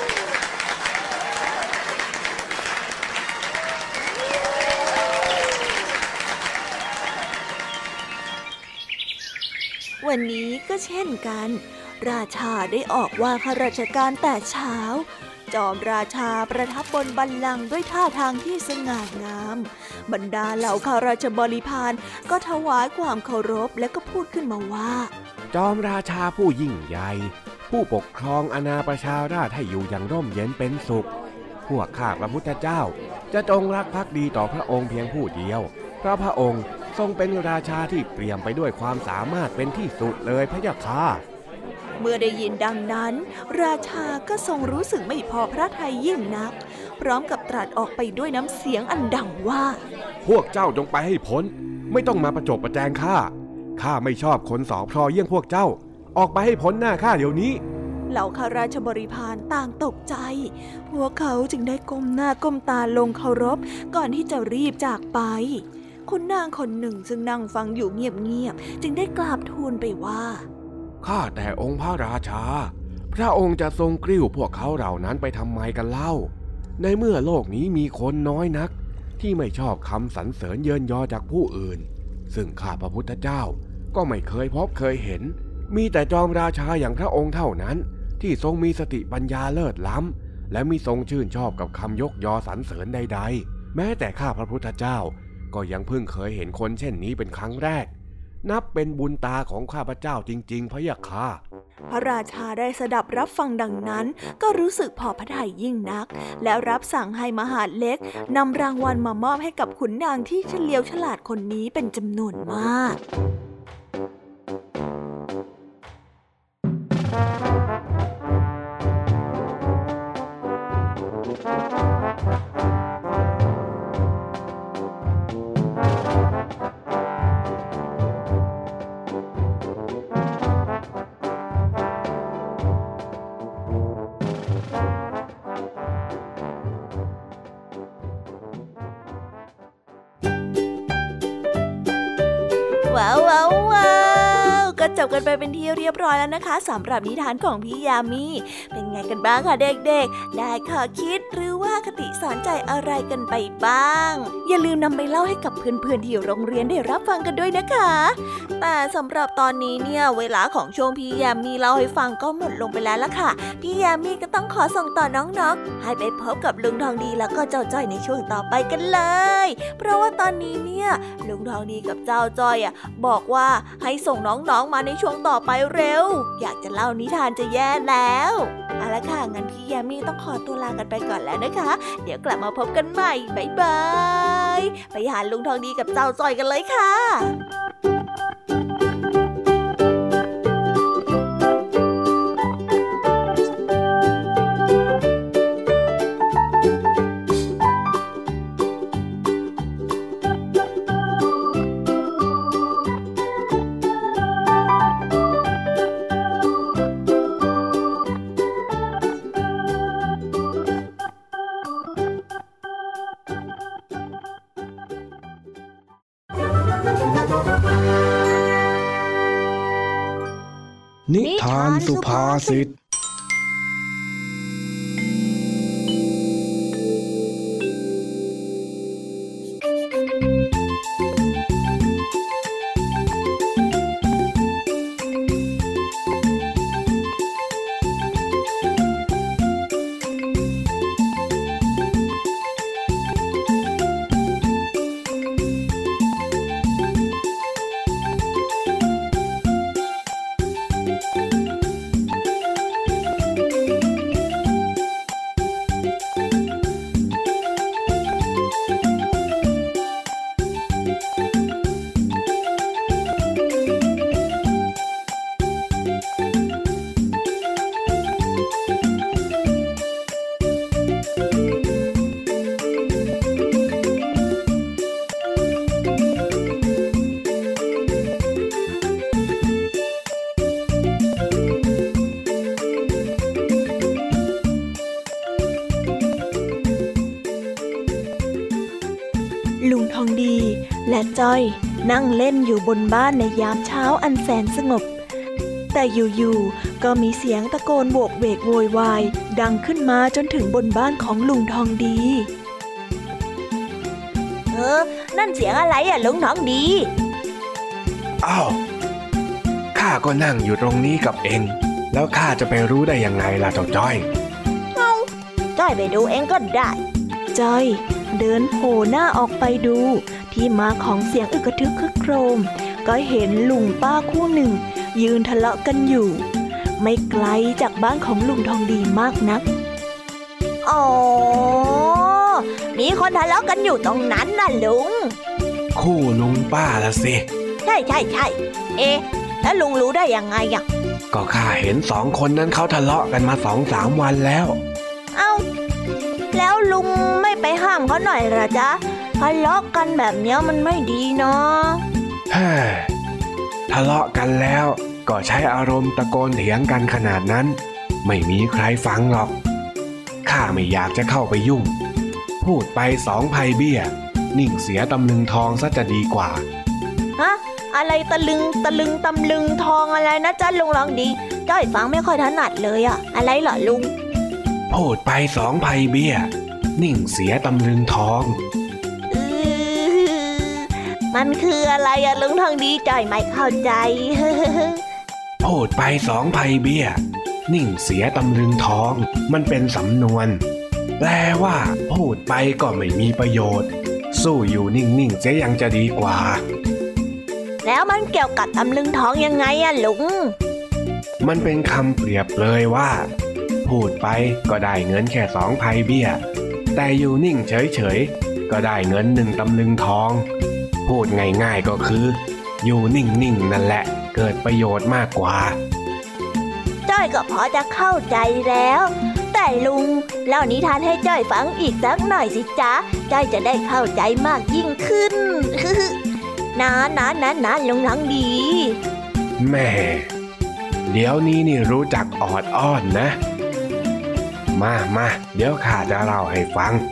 วันนี้ก็เช่นกันราชาได้ออกว่าข้าราชการแต่เช้าจอมราชาประทับบนบัลลังก์ด้วยท่าทางที่สง่างามบรรดาเหล่าข้าราชบริพารก็ถวายความเคารพและก็พูดขึ้นมาว่าจอมราชาผู้ยิ่งใหญ่ผู้ปกครองอาณาประชาราษฎร์ให้อยู่อย่างร่มเย็นเป็นสุขพวกข้าพระพุทธเจ้าจะจงรักภักดีต่อพระองค์เพียงผู้เดียวเพราะพระองค์ทรงเป็นราชาที่เปี่ยมไปด้วยความสามารถเป็นที่สุดเลยพะยะค่ะเมื่อได้ยินดังนั้นราชาก็ทรงรู้สึกไม่พอพระทัยยิ่งนักพร้อมกับตรัสออกไปด้วยน้ำเสียงอันดังว่าพวกเจ้าจงไปให้พ้นไม่ต้องมาประจบประแจงข้าไม่ชอบคนสอพลอเยี่ยงพวกเจ้าออกไปให้พ้นหน้าข้าเดี๋ยวนี้เหล่าข้าราชบริพารต่างตกใจพวกเขาจึงได้ก้มหน้าก้มตาลงเคารพก่อนที่จะรีบจากไปคุณนางคนหนึ่งซึ่งนั่งฟังอยู่เงียบๆจึงได้กราบทูลไปว่าข้าแต่องค์พระราชาพระองค์จะทรงกริ้วพวกเขาเหล่านั้นไปทำไมกันเล่าในเมื่อโลกนี้มีคนน้อยนักที่ไม่ชอบคำสรรเสริญเยินยอจากผู้อื่นซึ่งข้าพระพุทธเจ้าก็ไม่เคยพบเคยเห็นมีแต่จอมราชาอย่างพระองค์เท่านั้นที่ทรงมีสติปัญญาเลิศล้ำและมีทรงชื่นชอบกับคำยกยอสรรเสริญใดๆแม้แต่ข้าพระพุทธเจ้าก็ยังเพิ่งเคยเห็นคนเช่นนี้เป็นครั้งแรกนับเป็นบุญตาของข้าพเจ้าจริงๆพะยะค่ะพระราชาได้สดับรับฟังดังนั้นก็รู้สึกพอพระทัยยิ่งนักแล้วรับสั่งให้มหาดเล็กนำรางวัลมามอบให้กับขุนนางที่เฉลียวฉลาดคนนี้เป็นจำนวนมากจบกันไปเป็นที่เรียบร้อยแล้วนะคะสำหรับนิทานของพี่ยามีเป็นไงกันบ้างคะเด็กๆได้ข้อคิดหรือว่าคติสอนใจอะไรกันไปบ้างอย่าลืมนำไปเล่าให้กับเพื่อนๆที่โรงเรียนได้รับฟังกันด้วยนะคะแต่สำหรับตอนนี้เนี่ยเวลาของช่วงพี่ยามีเล่าให้ฟังก็หมดลงไปแล้วล่ะค่ะพี่ยามีก็ต้องขอส่งต่อน้องๆให้ไปพบกับลุงทองดีแล้วก็เจ้าจ้อยในช่วงต่อไปกันเลยเพราะว่าตอนนี้เนี่ยลุงทองดีกับเจ้าจ้อยบอกว่าให้ส่งน้องๆมาในช่วงต่อไปเร็วอยากจะเล่านิทานจะแย่แล้วเอาละค่ะงั้นพี่ยามีต้องขอตัวลากันไปก่อนแล้วนะคะเดี๋ยวกลับมาพบกันใหม่บ๊ายบายไปหาลุงทองดีกับเจ้าจ้อยกันเลยค่ะนิทานสุภาษิตจ้อยนั่งเล่นอยู่บนบ้านในยามเช้าอันแสนสงบแต่อยู่ๆก็มีเสียงตะโกนโวกเวกโวยวายดังขึ้นมาจนถึงบนบ้านของลุงทองดีนั่นเสียงอะไรลุงทองดีอ้าวข้าก็นั่งอยู่ตรงนี้กับเองแล้วข้าจะไปรู้ได้ยังไงล่ะเจ้าจ้อยจ้อยไปดูเองก็ได้จ้อยเดินโผล่หน้าออกไปดูที่มาของเสียงอึกกระทึกคึกโครมก็เห็นลุงป้าคู่หนึ่งยืนทะเลาะกันอยู่ไม่ไกลจากบ้านของลุงทองดีมากนักอ๋อมีคนทะเลาะกันอยู่ตรงนั้นน่ะลุงคู่ลุงป้าละสิใช่แล้วลุงรู้ได้ยังไงอ่ะก็ข้าเห็น2 คนนั้นเขาทะเลาะกันมา 2-3 วันแล้วเอ้าแล้วลุงไม่ไปห้ามเขาหน่อยเหรอจ๊ะทะเลาะกันแบบนี้มันไม่ดีเนาะเฮ้ยทะเลาะกันแล้วก็ใช้อารมณ์ตะโกนเถียงกันขนาดนั้นไม่มีใครฟังหรอกข้าไม่อยากจะเข้าไปยุ่งพูดไป2 ไพเบี้ยนิ่งเสียตำลึงทองซะจะดีกว่าฮะอะไรตะลึงตำลึงทองอะไรนะจ๊ะลุงลองดีจ้อยฟังไม่ค่อยถนัดเลยอะอะไรเหรอลุงพูดไป2 ไพเบี้ยนิ่งเสียตำลึงทองมันคืออะไรอะลุงทองดีจ้อยไม่เข้าใจพูดไป2 ไพเบี้ยนิ่งเสียตำลึงทองมันเป็นสำนวนแปลว่าพูดไปก็ไม่มีประโยชน์สู้อยู่นิ่งๆเสียยังจะดีกว่าแล้วมันเกี่ยวกับตำลึงทองยังไงอะลุงมันเป็นคำเปรียบเลยว่าพูดไปก็ได้เงินแค่2 ไพเบี้ยแต่อยู่นิ่งเฉยๆก็ได้เงิน1 ตำลึงทองพูดง่ายๆก็คืออยู่นิ่งๆนั่นแหละเกิดประโยชน์มากกว่าจ้อยก็พอจะเข้าใจแล้วแต่ลุงเล่านิทานให้จ้อยฟังอีกสักหน่อยสิจ๊ะจ้อยจะได้เข้าใจมากยิ่งขึ้นนะลุงทองดีแม่เดี๋ยวนี้นี่รู้จักออดอ้อนนะมาเดี๋ยวข้าจะเล่าให้ฟัง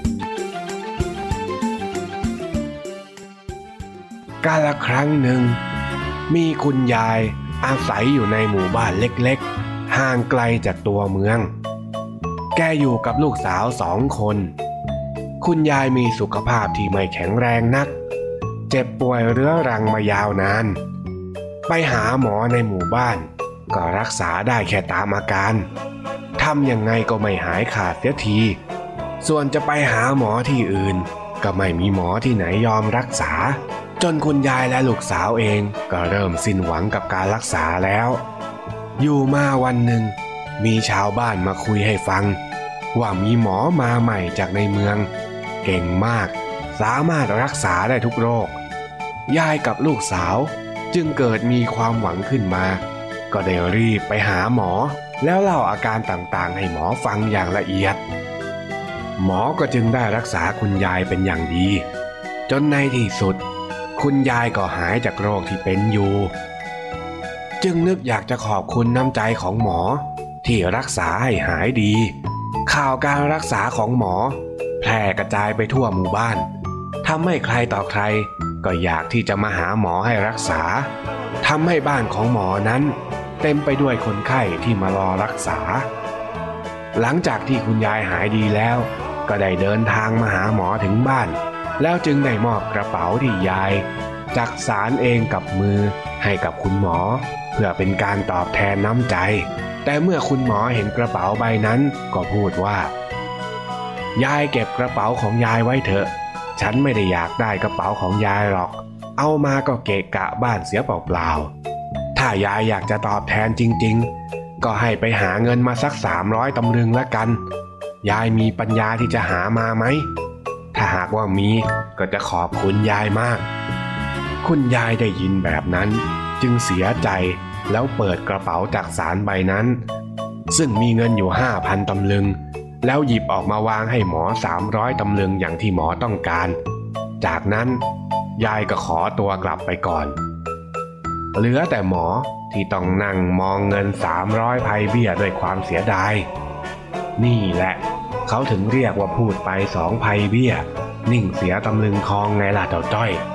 กาลครั้งหนึ่งมีคุณยายอาศัยอยู่ในหมู่บ้านเล็กๆห่างไกลจากตัวเมืองแกอยู่กับลูกสาว2 คนคุณยายมีสุขภาพที่ไม่แข็งแรงนักเจ็บป่วยเรื้อรังมายาวนานไปหาหมอในหมู่บ้านก็รักษาได้แค่ตามอาการทำยังไงก็ไม่หายขาดเสียทีส่วนจะไปหาหมอที่อื่นก็ไม่มีหมอที่ไหนยอมรักษาจนคุณยายและลูกสาวเองก็เริ่มสิ้นหวังกับการรักษาแล้วอยู่มาวันหนึ่งมีชาวบ้านมาคุยให้ฟังว่ามีหมอมาใหม่จากในเมืองเก่งมากสามารถรักษาได้ทุกโรคยายกับลูกสาวจึงเกิดมีความหวังขึ้นมาก็ได้รีบไปหาหมอแล้วเล่าอาการต่างๆให้หมอฟังอย่างละเอียดหมอก็จึงได้รักษาคุณยายเป็นอย่างดีจนในที่สุดคุณยายก็หายจากโรคที่เป็นอยู่จึงนึกอยากจะขอบคุณน้ำใจของหมอที่รักษาให้หายดีข่าวการรักษาของหมอแพร่กระจายไปทั่วหมู่บ้านทำให้ใครต่อใครก็อยากที่จะมาหาหมอให้รักษาทำให้บ้านของหมอนั้นเต็มไปด้วยคนไข้ที่มารอรักษาหลังจากที่คุณยายหายดีแล้วก็ได้เดินทางมาหาหมอถึงบ้านแล้วจึงได้มอบกระเป๋าที่ยายจักสานเองกับมือให้กับคุณหมอเพื่อเป็นการตอบแทนน้ำใจแต่เมื่อคุณหมอเห็นกระเป๋าใบนั้นก็พูดว่ายายเก็บกระเป๋าของยายไว้เถอะฉันไม่ได้อยากได้กระเป๋าของยายหรอกเอามาก็เกะกะบ้านเสียเปล่าๆถ้ายายอยากจะตอบแทนจริงๆก็ให้ไปหาเงินมาสัก300 ตำลึงละกันยายมีปัญญาที่จะหามาไหมถ้าหากว่ามีก็จะขอบคุณยายมากคุณยายได้ยินแบบนั้นจึงเสียใจแล้วเปิดกระเป๋าจักสานใบนั้นซึ่งมีเงินอยู่ 5,000 ตำลึงแล้วหยิบออกมาวางให้หมอ300 ตำลึงอย่างที่หมอต้องการจากนั้นยายก็ขอตัวกลับไปก่อนเหลือแต่หมอที่ต้องนั่งมองเงิน300 ไพเบี้ยด้วยความเสียดายนี่แหละเขาถึงเรียกว่าพูดไป2 ไพเบี้ยนิ่งเสียตำลึงทองไงล่ะเจ้าจ้อย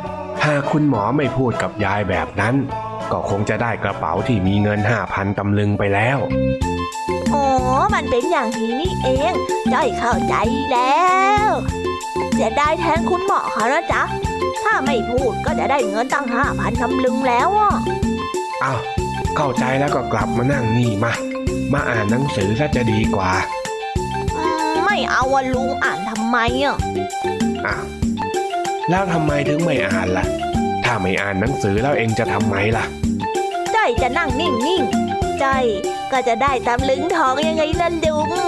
หากคุณหมอไม่พูดกับยายแบบนั้นก็คงจะได้กระเป๋าที่มีเงิน 5,000 ตำลึงไปแล้วอ๋อมันเป็นอย่างนี้นี่เองจ้อยเข้าใจแล้วเสียดายแทนคุณหมอเขานะจ๊ะถ้าไม่พูดก็จะได้เงินตั้ง 5,000 ตำลึงแล้วอ่ะอ้าวเข้าใจแล้วก็กลับมานั่งนี่มาอ่านหนังสือซะจะดีกว่าไม่เอาว่าลุงอ่านทำไมอ่ะอ้าวแล้วทำไมถึงไม่อ่านล่ะถ้าไม่อ่านหนังสือแล้วเองจะทำไมล่ะจ้อยจะนั่งนิ่งๆจ้อยก็จะได้ตำลึงทองยังไงนั่นลุง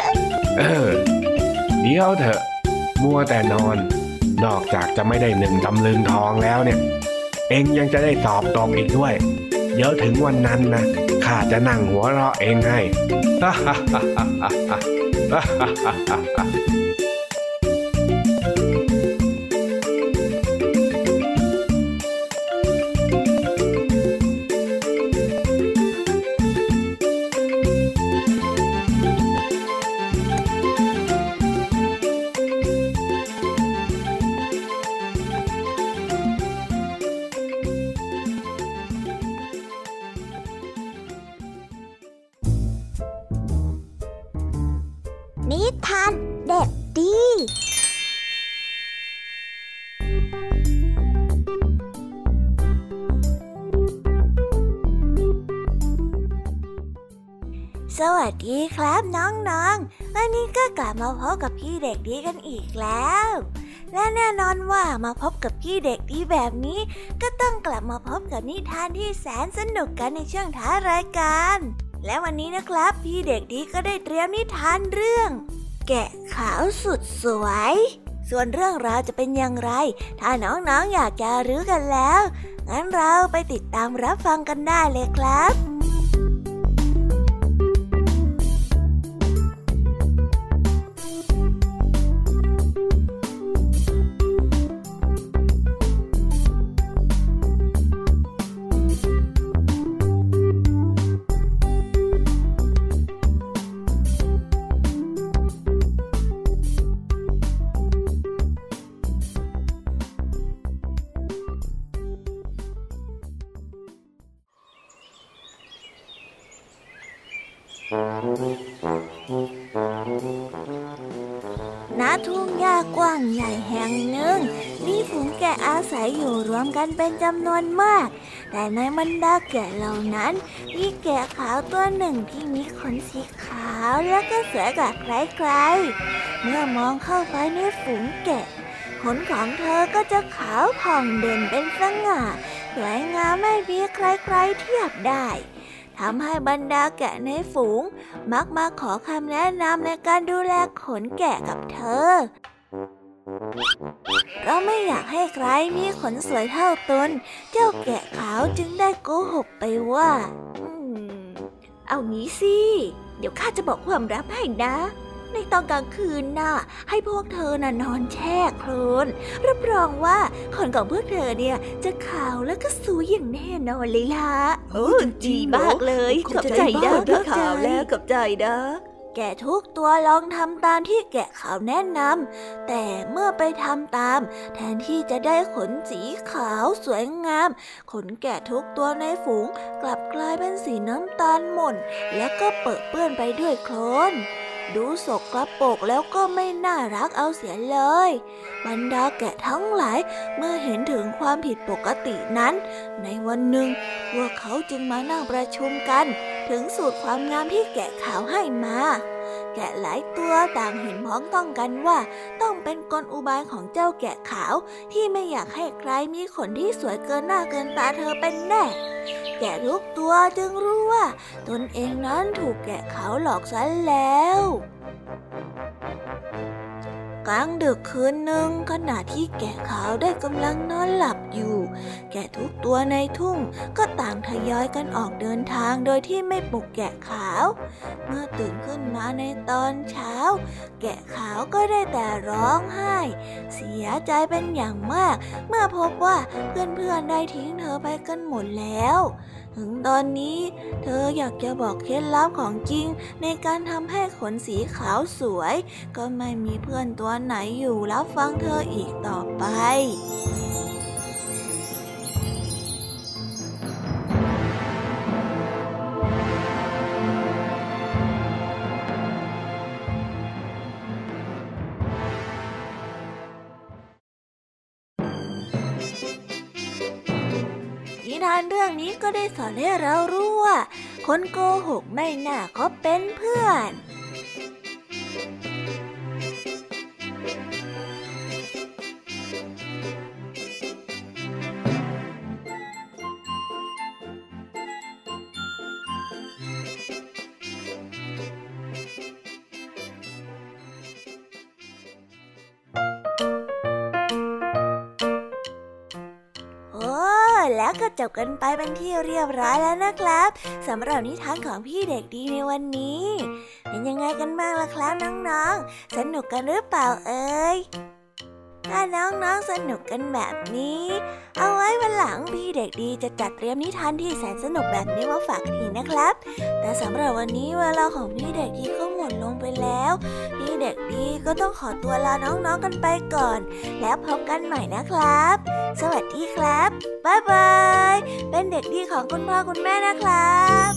เดี๋ยวเถอะมัวแต่นอกจากจะไม่ได้1 ตำลึงทองแล้วเนี่ยเองยังจะได้สอบตกอีกด้วยเดี๋ยวถึงวันนั้นนะข้าจะนั่งหัวเราะเองให้นิทานเด็กดี สวัสดีครับน้องๆวันนี้ก็กลับมาพบกับพี่เด็กดีกันอีกแล้วและแน่นอนว่ามาพบกับพี่เด็กดีแบบนี้ก็ต้องกลับมาพบกับนิทานที่แสนสนุกกันในช่วงท้ายรายการและวันนี้นะครับพี่เด็กดีก็ได้เตรียมนิทานเรื่องแกะขาวสุดสวยส่วนเรื่องราวจะเป็นอย่างไรถ้าน้องๆอยากจะรู้กันแล้วงั้นเราไปติดตามรับฟังกันได้เลยครับณ ทุ่งหญ้ากว้างใหญ่แห่งหนึ่งมีฝูงแกะอาศัยอยู่รวมกันเป็นจำนวนมากแต่ในบรรดาแกะเหล่านั้นมีแกะขาวตัวหนึ่งที่มีขนสีขาวและก็สวยกว่าใครๆเมื่อมองเข้าไปในฝูงแกะขนของเธอก็จะขาวผ่องเด่นเป็นสง่าสวยงามไม่มีใครๆเทียบได้ทำให้บรรดาแกะในฝูงมักมาขอคำแนะนำในการดูแลขนแกะกับเธอเราไม่อยากให้ใครมีขนสวยเท่าตนเจ้าแกะขาวจึงได้โกหกไปว่าเอางี้สิเดี๋ยวข้าจะบอกความลับให้นะในตอนกลางคืนน่ะให้พวกเธอน่ะนอนแช่โคลนรับรองว่าขนของพวกเธอเนี่ยจะขาวแล้วก็สวยอย่างแน่นอนเลยล่ะจริงมากเลยขอบใจนะขาวแล้วขอบใจนะแกะทุกตัวลองทำตามที่แกะขาวแนะนำแต่เมื่อไปทำตามแทนที่จะได้ขนสีขาวสวยงามขนแกะทุกตัวในฝูงกลับกลายเป็นสีน้ำตาลหม่นแล้วก็เปื้อนเปื้อนไปด้วยโคลนดูสกปรกแล้วก็ไม่น่ารักเอาเสียเลยบรรดาแกะทั้งหลายเมื่อเห็นถึงความผิดปกตินั้นในวันหนึ่งพวกเขาจึงมานั่งประชุมกันถึงสูตรความงามที่แกะขาวให้มาแกะหลายตัวต่างเห็นพ้องต้องกันว่าต้องเป็นกลอุบายของเจ้าแกะขาวที่ไม่อยากให้ใครมีขนที่สวยเกินหน้าเกินตาเธอเป็นแน่แกะทุกตัวจึงรู้ว่าตนเองนั้นถูกแกะขาวหลอกซะแล้วกลางดึกคืนหนึ่งขณะที่แกะขาวได้กำลังนอนหลับอยู่แกะทุกตัวในทุ่งก็ต่างทยอยกันออกเดินทางโดยที่ไม่ปลุกแกะขาวเมื่อตื่นขึ้นมาในตอนเช้าแกะขาวก็ได้แต่ร้องไห้เสียใจเป็นอย่างมากเมื่อพบว่าเพื่อนๆได้ทิ้งเธอไปกันหมดแล้วถึงตอนนี้เธออยากจะบอกเคล็ดลับของจริงในการทำให้ขนสีขาวสวยก็ไม่มีเพื่อนตัวไหนอยู่รับฟังเธออีกต่อไปานเรื่องนี้ก็ได้สอนให้เรารู้ว่าคนโกหกไม่น่าคบเป็นเพื่อนแล้วก็จบกันไปเป็นที่เรียบร้อยแล้วนะครับสำหรับนิทานของพี่เด็กดีในวันนี้เป็นยังไงกันบ้างล่ะครับน้องๆสนุกกันหรือเปล่าเอ่ยถ้าน้องๆสนุกกันแบบนี้เอาไว้วันหลังพี่เด็กดีจะจัดเตรียมนิทานที่แสนสนุกแบบนี้มาฝากกันอีกนะครับแต่สำหรับวันนี้เวลาของพี่เด็กดีก็หมดลงไปแล้วพี่เด็กดีก็ต้องขอตัวลาน้องๆกันไปก่อนแล้วพบกันใหม่นะครับสวัสดีครับบ๊ายบายเป็นเด็กดีของคุณพ่อคุณแม่นะครับ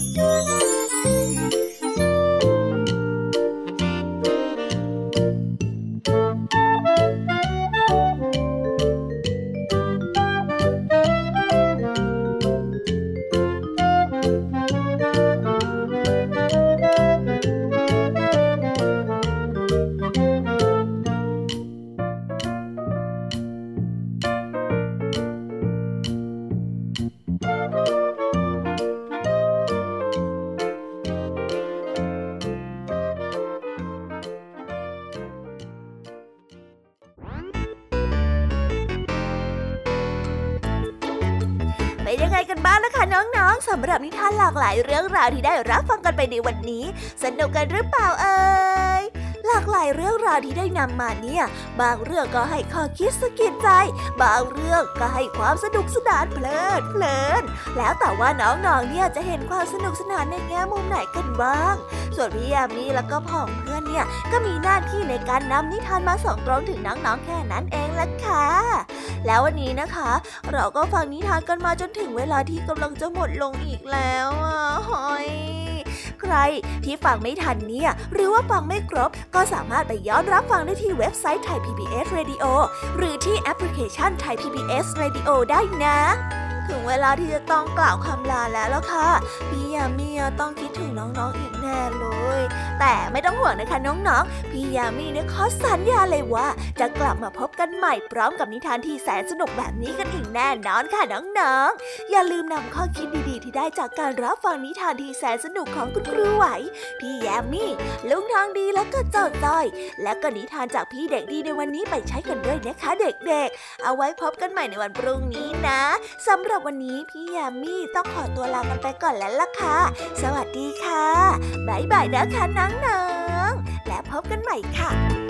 เป็นยังไงกันบ้างล่ะคะน้องๆสำหรับนิทานหลากหลายเรื่องราวที่ได้รับฟังกันไปในวันนี้สนุกกันหรือเปล่าเอ่ยหลากหลายเรื่องราวที่ได้นำมาเนี่ยบางเรื่องก็ให้ข้อคิดสะกิดใจบางเรื่องก็ให้ความสนุกสนานเพลินแล้วแต่ว่าน้องๆเนี่ยจะเห็นความสนุกสนานในแง่มุมไหนกันบ้างส่วนพี่ยามีแล้วก็พ่องเพื่อนเนี่ยก็มีหน้าที่ในการนำนิทานมาส่งตรงถึงน้องๆแค่นั้นเองล่ะค่ะแล้ววันนี้นะคะเราก็ฟังนิทานกันมาจนถึงเวลาที่กำลังจะหมดลงอีกแล้วหอยใครที่ฟังไม่ทันเนี่ยหรือว่าฟังไม่ครบก็สามารถไปย้อนรับฟังได้ที่เว็บไซต์ Thai PBS Radio หรือที่แอปพลิเคชัน Thai PBS Radio ได้นะถึงเวลาที่จะต้องกล่าวคำลาแล้วล่ะค่ะพี่ยามีต้องคิดถึงน้องๆอีกแน่เลยแต่ไม่ต้องห่วงนะคะน้องๆพี่ยามีเนี่ยขอสัญญาเลยว่าจะกลับมาพบกันใหม่พร้อมกับนิทานที่แสนสนุกแบบนี้กันอีกแน่นอนค่ะน้องๆอย่าลืมนำข้อคิดดีๆที่ได้จากการรับฟังนิทานที่แสนสนุกของคุณครูไหวพี่ยามีลุงทองดีและก็เจ้าจ้อยและก็นิทานจากพี่เด็กดีในวันนี้ไปใช้กันด้วยนะคะเด็กๆเอาไว้พบกันใหม่ในวันพรุ่งนี้นะสำหรับวันนี้พี่ยามีต้องขอตัวลากันไปก่อนแล้วล่ะค่ะสวัสดีค่ะบ๊ายบายนะคะน้องๆและพบกันใหม่ค่ะ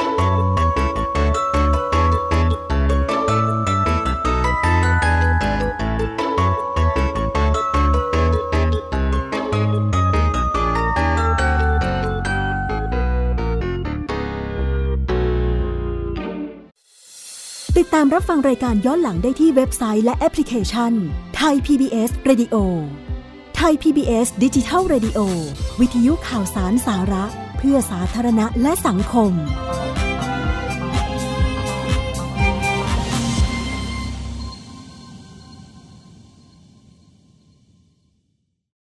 ติดตามรับฟังรายการย้อนหลังได้ที่เว็บไซต์และแอปพลิเคชัน Thai PBS Radio Thai PBS Digital Radio วิทยุข่าวสารสาระเพื่อสาธารณะและสังคม